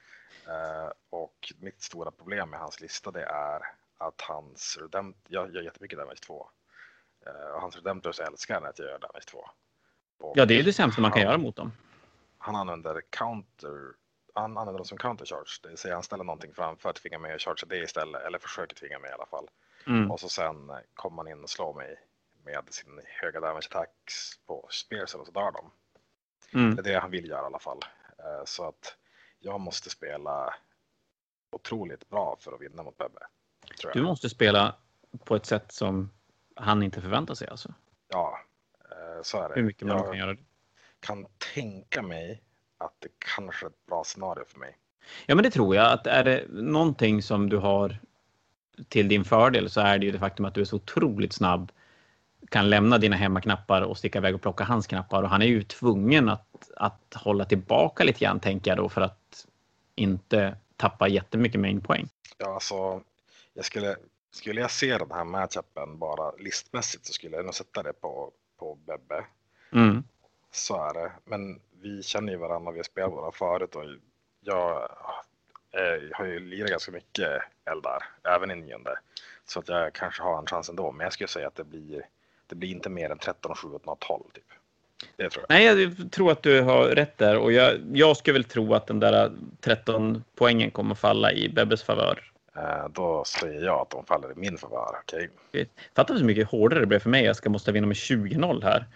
Eh, och mitt stora problem med hans lista det är att hans Redemptor, jag gör jättemycket damage två. Eh, och hans Redemptors älskar att jag gör damage två. Och ja, det är det sämsta man kan han, göra mot dem. Han använder counter, han använder dem som counter charge. Det vill säga han ställer någonting framför att tvinga mig att charge det istället. Eller försöker tvinga mig i alla fall. Mm. Och så sen kommer han in och slår mig med sin höga damage attacks på spears och så dör de. Mm. Det är det han vill göra i alla fall. Uh, så att jag måste spela otroligt bra för att vinna mot Bebbe. Tror jag. Du måste spela på ett sätt som han inte förväntar sig alltså. Ja, uh, så är det. Hur mycket man jag kan göra det. Kan tänka mig att det kanske är ett bra scenario för mig. Ja, men det tror jag. Att är det någonting som du har till din fördel så är det ju det faktum att du är så otroligt snabb, kan lämna dina hemmaknappar och sticka iväg och plocka hans knappar. Och han är ju tvungen att, att hålla tillbaka lite grann, tänker jag då, för att inte tappa jättemycket mainpoäng. Ja, alltså, jag skulle, skulle jag se den här matchupen bara listmässigt så skulle jag nog sätta det på, på Bebbe. Mm. Så är det. Men vi känner ju varandra, vi har spelat våra förut och jag Jag har ju lirat ganska mycket Eldar, även i nionde. Så att jag kanske har en chans ändå. Men jag skulle säga att det blir, det blir inte mer än tretton sju åtta tolv typ. Det tror jag. Nej, jag tror att du har rätt där. Och jag, jag skulle väl tro att den där tretton poängen kommer falla i Bebbes favör. Eh, då säger jag att de faller i min favör, okej? Okay. Fattar så mycket hårdare det blev för mig. Jag ska måste vinna med tjugo noll här.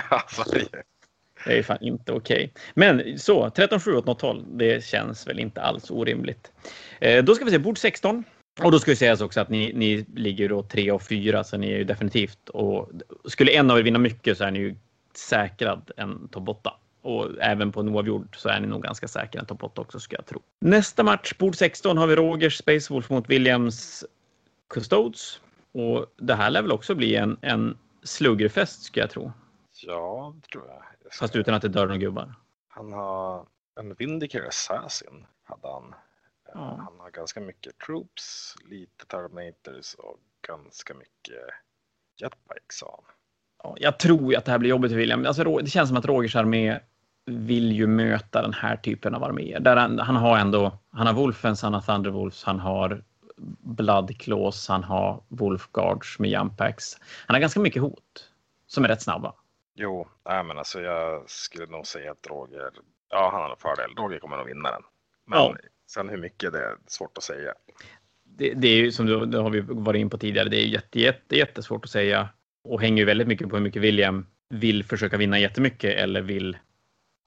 Det är fan inte okej. Okay. Men så, tretton sju åtta tolv, det känns väl inte alls orimligt. Eh, då ska vi se bord sexton. Och då ska vi säga också att ni, ni ligger då tre och fyra, så ni är ju definitivt. Och skulle en av er vinna mycket så är ni ju säkrad en topp åtta. Och även på en oavgjord så är ni nog ganska säkra en topp åtta också, ska jag tro. Nästa match, bord sexton, har vi Rogers Space Wolf mot Williams Custodes. Och det här lär väl också bli en, en sluggerfest, ska jag tro. Ja, det tror jag. jag Fast utan att det dör några gubbar. Han har en Vindicator Assassin, hade han. Ja. Han har ganska mycket troops, lite Terminators och ganska mycket jetbikes. Ja, jag tror ju att det här blir jobbigt för William. Alltså, det känns som att Rogers armé vill ju möta den här typen av arméer. Där han, han har ändå, han har Wolfens, han har Thunderwolves, han har Bloodclaws, han har Wolfguards med Jumpacks. Han har ganska mycket hot som är rätt snabba. Jo, nej, men alltså jag skulle nog säga att Roger, ja, han har en fördel. Roger kommer nog vinna den. Men ja. Sen hur mycket, det är svårt att säga. Det, det är ju som du, det har vi varit in på tidigare, det är jätte, jätte, jättesvårt att säga. Och hänger ju väldigt mycket på hur mycket William vill försöka vinna jättemycket eller vill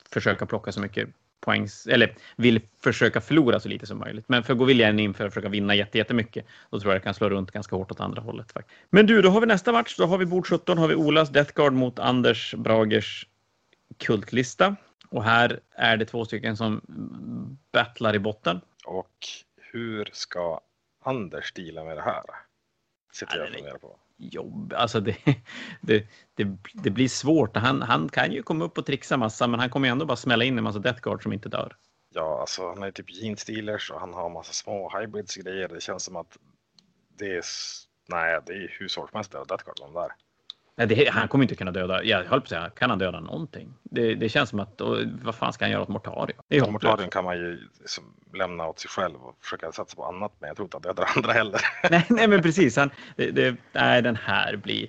försöka plocka så mycket poäng, eller vill försöka förlora så lite som möjligt. Men för går William in för att försöka vinna jätte, jättemycket, då tror jag det kan slå runt ganska hårt åt andra hållet. Faktiskt. Men du, då har vi nästa match. Då har vi bord sjutton, har vi Olas Death Guard mot Anders Bragers kultlista. Och här är det två stycken som battlar i botten. Och hur ska Anders deala med det här? Sitter Ja, jag och funderar på. Jobb, alltså det, det, det, det blir svårt. Han, han kan ju komma upp och trixa massa, men han kommer ju ändå bara smälla in en massa Death Guard som inte dör. Ja, alltså han är typ Gene Stealers och han har massa små hybrids och grejer. Det känns som att det är, nej, det är hur svårt som helst att Death Guard de där. Nej, det, han kommer inte kunna döda. Jag höll på att säga, kan han döda någonting? Det, det känns som att, och, vad fan ska han göra åt Mortario? Det är Mortarion kan man ju liksom lämna åt sig själv och försöka satsa på annat, men jag tror inte att dödar andra heller. nej, nej, men precis. Han, det, det, nej, den här blir...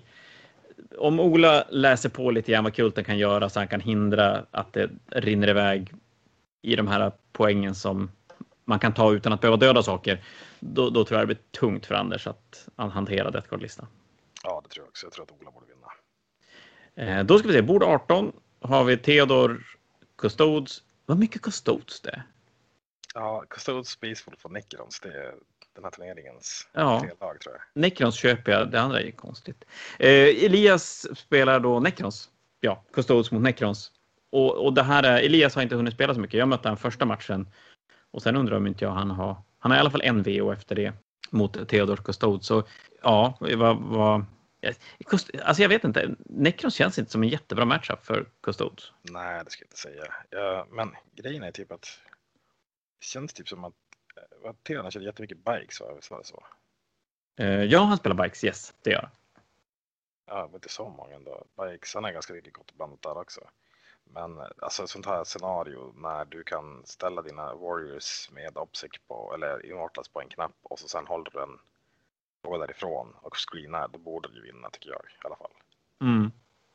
Om Ola läser på lite grann vad kulten kan göra så han kan hindra att det rinner iväg i de här poängen som man kan ta utan att behöva döda saker, då, då tror jag det blir tungt för Anders att hantera Death Guard-listan. Ja, det tror jag också. Jag tror att Ola borde vinna. Eh, då ska vi se, bord arton har vi Theodor Custodes. Vad mycket Custodes det är? Ja, Custodes Spaceful från Necrons, det är den här turneringens ja. tre lag tror jag. Necrons köper jag, det andra är ju konstigt. Eh, Elias spelar då Necrons. Ja, Custodes mot Necrons. Och, och det här är, Elias har inte hunnit spela så mycket. Jag mötte han första matchen. Och sen undrar om inte jag han har, han har i alla fall en V O efter det mot Theodor Custodes. Så ja, vad... vad alltså jag vet inte, Necrons känns inte som en jättebra matchup för Custodes. Nej, det ska jag inte säga. Ja, men grejen är typ att det känns typ som att Theodor kör jättemycket bikes, va? Visst var det så? Uh, ja, han spelar bikes, yes, det gör han. Ja, men inte så många ändå. Bikes, han är ganska riktigt gott blandat där också. Men alltså ett sånt här scenario när du kan ställa dina warriors med Obsec på, eller Immortals på en knapp och så sen håller du den gå därifrån och screenar, då borde du vinna tycker jag i alla fall. Mm.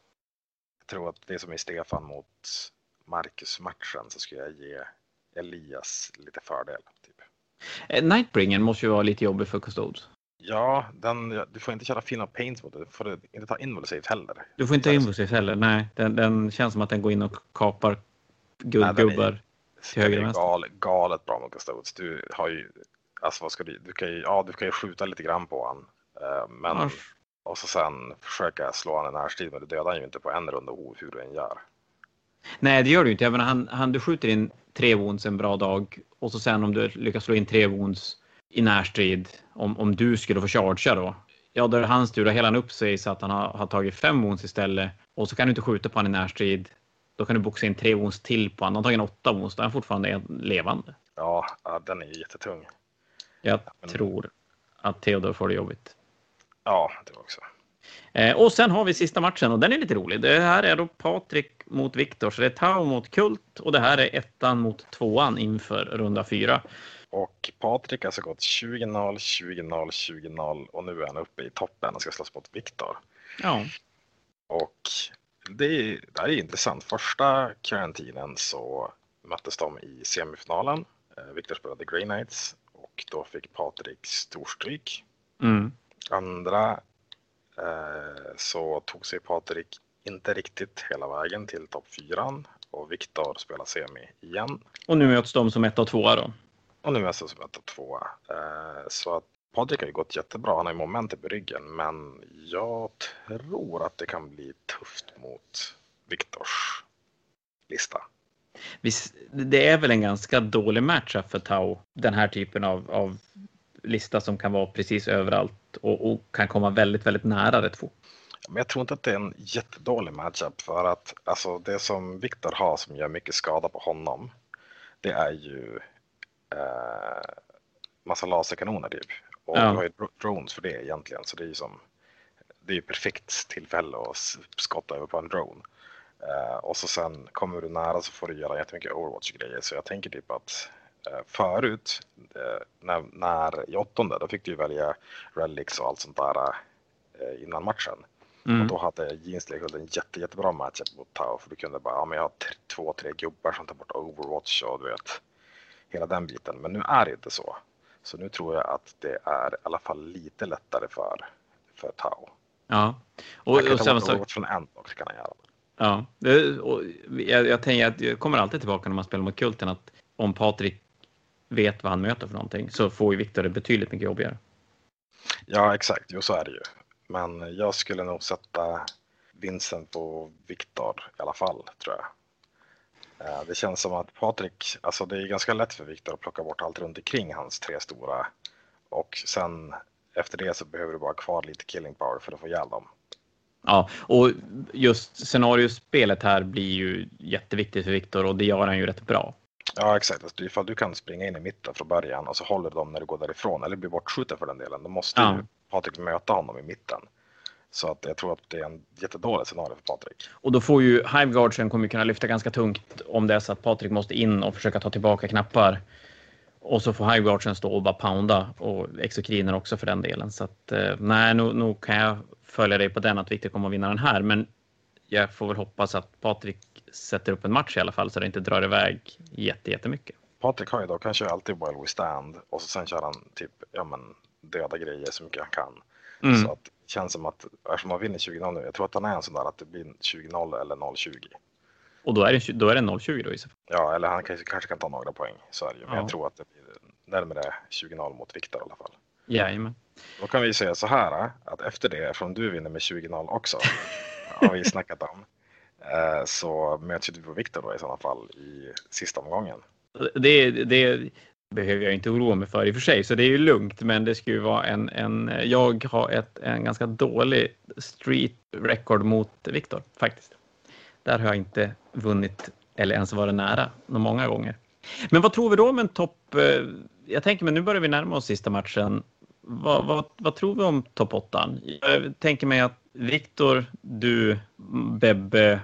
Jag tror att det är som i Stefan mot Marcus-matchen så skulle jag ge Elias lite fördel. Typ. Nightbringen måste ju vara lite jobbig för Custodes. Ja, den, du får inte köra fina paints mot det. Du får inte ta invulsivt heller. Du får inte ta invulsivt heller, nej. Den, den känns som att den går in och kapar guldgubbar till höger och vänster. Gal, galet bra mot Custodes. Du har ju, alltså vad ska du, du kan ju, ja du kan ju skjuta lite grann på han. Men, Ars. och så sen försöka slå han i närstrid, men du dödar han ju inte på en runda hur du än gör. Nej, det gör du inte. Jag menar, han, han, du skjuter in tre wounds en bra dag och så sen om du lyckas slå in tre wounds i närstrid, om, om du skulle få chargea då, ja då är det hans tur, då hela han upp sig så att han har, har tagit fem wounds istället och så kan du inte skjuta på han i närstrid, då kan du boxa in tre wounds till på han, han har tagit åtta wounds, då är han fortfarande levande. Ja, den är ju jättetung. Jag Men... tror att Theodor får det jobbigt. Ja, det också. Eh, och sen har vi sista matchen och den är lite rolig. Det här är då Patrik mot Viktor, så det är Tau mot Kult och det här är ettan mot tvåan inför runda fyra. Och Patrik har alltså gått tjugo noll, tjugo noll, tjugo noll och nu är han uppe i toppen och ska slåss mot Viktor. Ja. Och det, är, det här är intressant. Första karantinen så möttes de i semifinalen. Viktor spelade Grey Knights och då fick Patrik storstryk. Mm. Andra eh, så tog sig Patrik inte riktigt hela vägen till topp fyran och Viktor spelar semi igen. Och nu möts de som ett och tvåa då? Och nu möts de som ett och tvåa. Eh, så att Patrik har ju gått jättebra. Han har ju momentet på ryggen, men jag tror att det kan bli tufft mot Viktors lista. Visst, det är väl en ganska dålig matchup för Tau, den här typen av, av lista som kan vara precis överallt och, och kan komma väldigt, väldigt nära rätt fort. Men jag tror inte att det är en jättedålig matchup för att alltså, det som Viktor har som gör mycket skada på honom, det är ju eh, massa laserkanoner typ. Och ja. Du har ju drones för det egentligen, så det är ju som det är ju perfekt tillfälle att skotta över på en drone. Uh, och så sen kommer du nära så får du göra jättemycket Overwatch-grejer. Så jag tänker typ att uh, förut, uh, när, när i åttonde, då fick du välja relics och allt sånt där uh, innan matchen. Mm. Och då hade Jeansley en jätte, jättebra matchup mot Tau. För du kunde bara, ja men jag har t- två, tre gubbar som tar bort Overwatch och du vet, hela den biten. Men nu är det inte så. Så nu tror jag att det är i alla fall lite lättare för, för Tau. Ja. Och, han kan ta bort Overwatch från en och så kan han göra det. Ja, det, och jag, jag tänker att jag kommer alltid tillbaka när man spelar mot Kulten att om Patrik vet vad han möter för någonting så får ju Viktor det betydligt mycket jobbigare. Ja, exakt. Jo, så är det ju. Men jag skulle nog sätta vinsten på Viktor i alla fall, tror jag. Det känns som att Patrik, alltså det är ganska lätt för Viktor att plocka bort allt runt omkring hans tre stora. Och sen efter det så behöver du bara kvar lite killing power för att få ihjäl dem. Ja, och just scenariospelet här blir ju jätteviktigt för Viktor och det gör han ju rätt bra. Ja, exakt. Alltså, ifall du kan springa in i mitten från början och så håller du dem när du går därifrån eller blir bortskjuten för den delen, då måste Ja. ju Patrik möta honom i mitten. Så att jag tror att det är en jättedålig scenario för Patrik. Och då får ju Hiveguardsen kommer kunna lyfta ganska tungt om det är så att Patrik måste in och försöka ta tillbaka knappar. Och så får Hiveguardsen stå och bara pounda och exokriner också för den delen. Så att eh, nej, nu, nu kan jag följa dig på den att Viktor kommer att vinna den här. Men jag får väl hoppas att Patrik sätter upp en match i alla fall så det inte drar iväg jätte, jättemycket. Patrik har ju då kanske alltid While We Stand och så sen kör han typ ja, men, döda grejer så mycket han kan. Mm. Så att det känns som att eftersom man vinner tjugo noll nu, jag tror att han är en sån där att det blir tjugo noll eller noll tjugo. Och då är det, då är det noll tjugo då i så fall. Ja, eller han kanske, kanske kan ta några poäng, så är det ju. Men Ja. jag tror att det blir närmare tjugo noll mot Viktor i alla fall. Jajamän. Då kan vi säga så här att efter det, eftersom du vinner med tjugo noll också, har vi snackat om, eh, så möts du på Viktor då i sådana fall i sista omgången. Det, det behöver jag inte oroa mig för i och för sig, så det är ju lugnt, men det ska ju vara en, en jag har ett, en ganska dålig street record mot Viktor faktiskt. Där har jag inte vunnit eller ens varit nära många gånger. Men vad tror vi då om en topp, jag tänker men nu börjar vi närma oss sista matchen. Vad, vad, vad tror vi om topp åttan? Jag tänker mig att Viktor, du, Bebbe,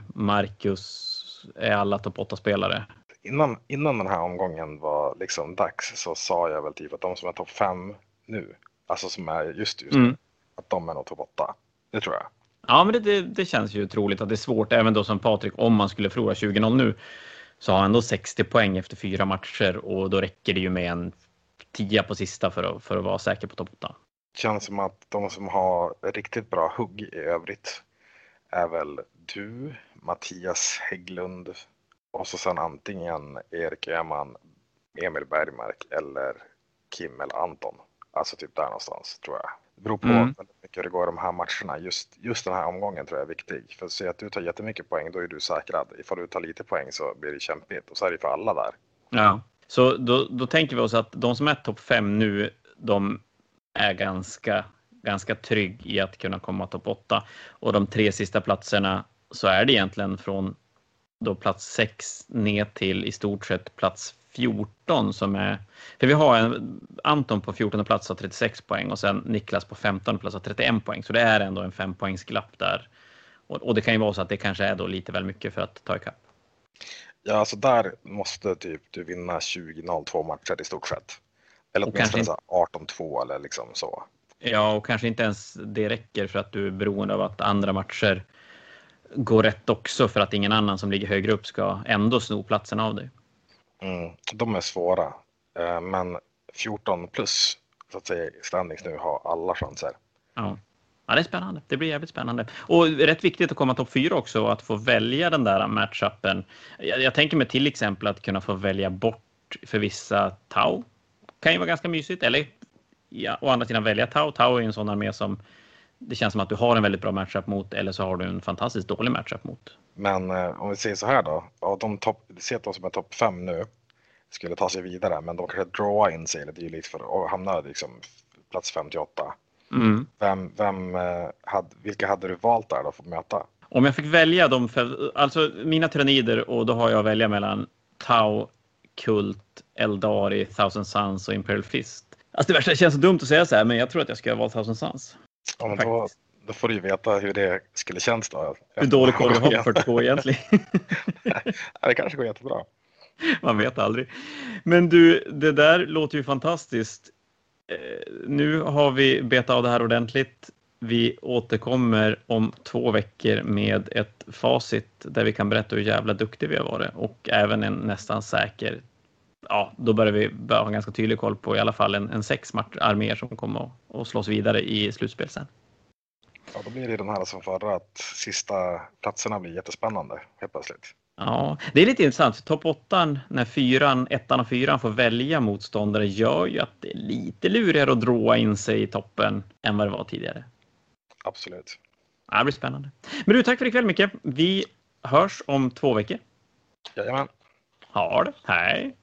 Marcus är alla topp åtta spelare. Innan, innan den här omgången var liksom dags så sa jag väl typ att de som är topp fem nu, alltså som är just just nu, Mm. att de är nog topp åtta. Det tror jag. Ja, men det, det, det känns ju troligt att det är svårt, även då som Patrik, om man skulle förlora tjugo noll nu, så har han ändå sextio poäng efter fyra matcher och då räcker det ju med en tia på sista för att, för att vara säker på topp åtta. Känns som att de som har riktigt bra hugg i övrigt är väl du, Mattias Hägglund och så sen antingen Erik Öhman, Emil Bergmark eller Kim eller Anton. Alltså typ där någonstans tror jag. Det beror på Mm. väldigt mycket hur det går i de här matcherna. Just, just den här omgången tror jag är viktig. För att se att du tar jättemycket poäng, då är du säkrad. Ifall du tar lite poäng så blir det kämpigt. Och så är det för alla där. Ja. Så då, då tänker vi oss att de som är topp fem nu, de är ganska, ganska trygg i att kunna komma topp åtta. Och de tre sista platserna så är det egentligen från då plats sex ner till i stort sett plats fjorton som är, för vi har en Anton på fjortonde plats har trettiosex poäng och sen Niklas på femtonde plats har trettioen poäng, så det är ändå en fem poängs glapp där och, och det kan ju vara så att det kanske är då lite väl mycket för att ta ikapp. Ja, alltså där måste typ du vinna tjugo noll två matcher i stort sett. Eller Och åtminstone kanske så arton två eller liksom så. Ja, och kanske inte ens det räcker för att du är beroende av att andra matcher går rätt också för att ingen annan som ligger högre upp ska ändå sno platsen av dig. Mm, de är svåra. Eh, Men fjorton plus så att säga standings nu har alla chanser. Ja. Ja, det är spännande. Det blir jävligt spännande. Och rätt viktigt att komma topp fyra också och att få välja den där matchupen. Jag, jag tänker mig till exempel att kunna få välja bort för vissa Tau. Kan ju vara ganska mysigt. Eller ja, å andra sidan välja Tau. Tau är en sån armé som det känns som att du har en väldigt bra matchup mot eller så har du en fantastiskt dålig matchup mot. Men eh, om vi säger så här då. Av de topp, se att de som är topp fem nu skulle ta sig vidare. Men de kanske drawa in sig eller dylikt för att hamna liksom plats femtioåtta. Mm. Vem, vem, eh, hade, vilka hade du valt där då för att möta? Om jag fick välja dem, för, alltså mina tyrannider, och då har jag att välja mellan Tau, Kult, Eldari, Thousand Suns och Imperial Fist. Alltså det värsta känns så dumt att säga så här, men jag tror att jag ska välja Thousand Suns. Ja, men då, då får du ju veta hur det skulle kännas då. Hur dålig koll du har för att gå egentligen. Ja, det kanske går jättebra. Man vet aldrig. Men du, det där låter ju fantastiskt. Eh, nu har vi betat av det här ordentligt. Vi återkommer om två veckor med ett facit där vi kan berätta hur jävla duktig vi har varit. Och även en nästan säker, ja, då börjar vi börja ha ganska tydlig koll på i alla fall en, en sex arméer som kommer att, att slås vidare i slutspel sen. Ja, då blir det den här som förra, att sista platserna blir jättespännande helt plötsligt. Ja, det är lite intressant. Topp åttan, när fyran, ettan och fyran får välja motståndare, gör ju att det är lite lurigare att dråa in sig i toppen än vad det var tidigare. Absolut. Ja, det blir spännande. Men du, tack för ikväll Micke. Vi hörs om två veckor. Jajamän. Ha det. Hej.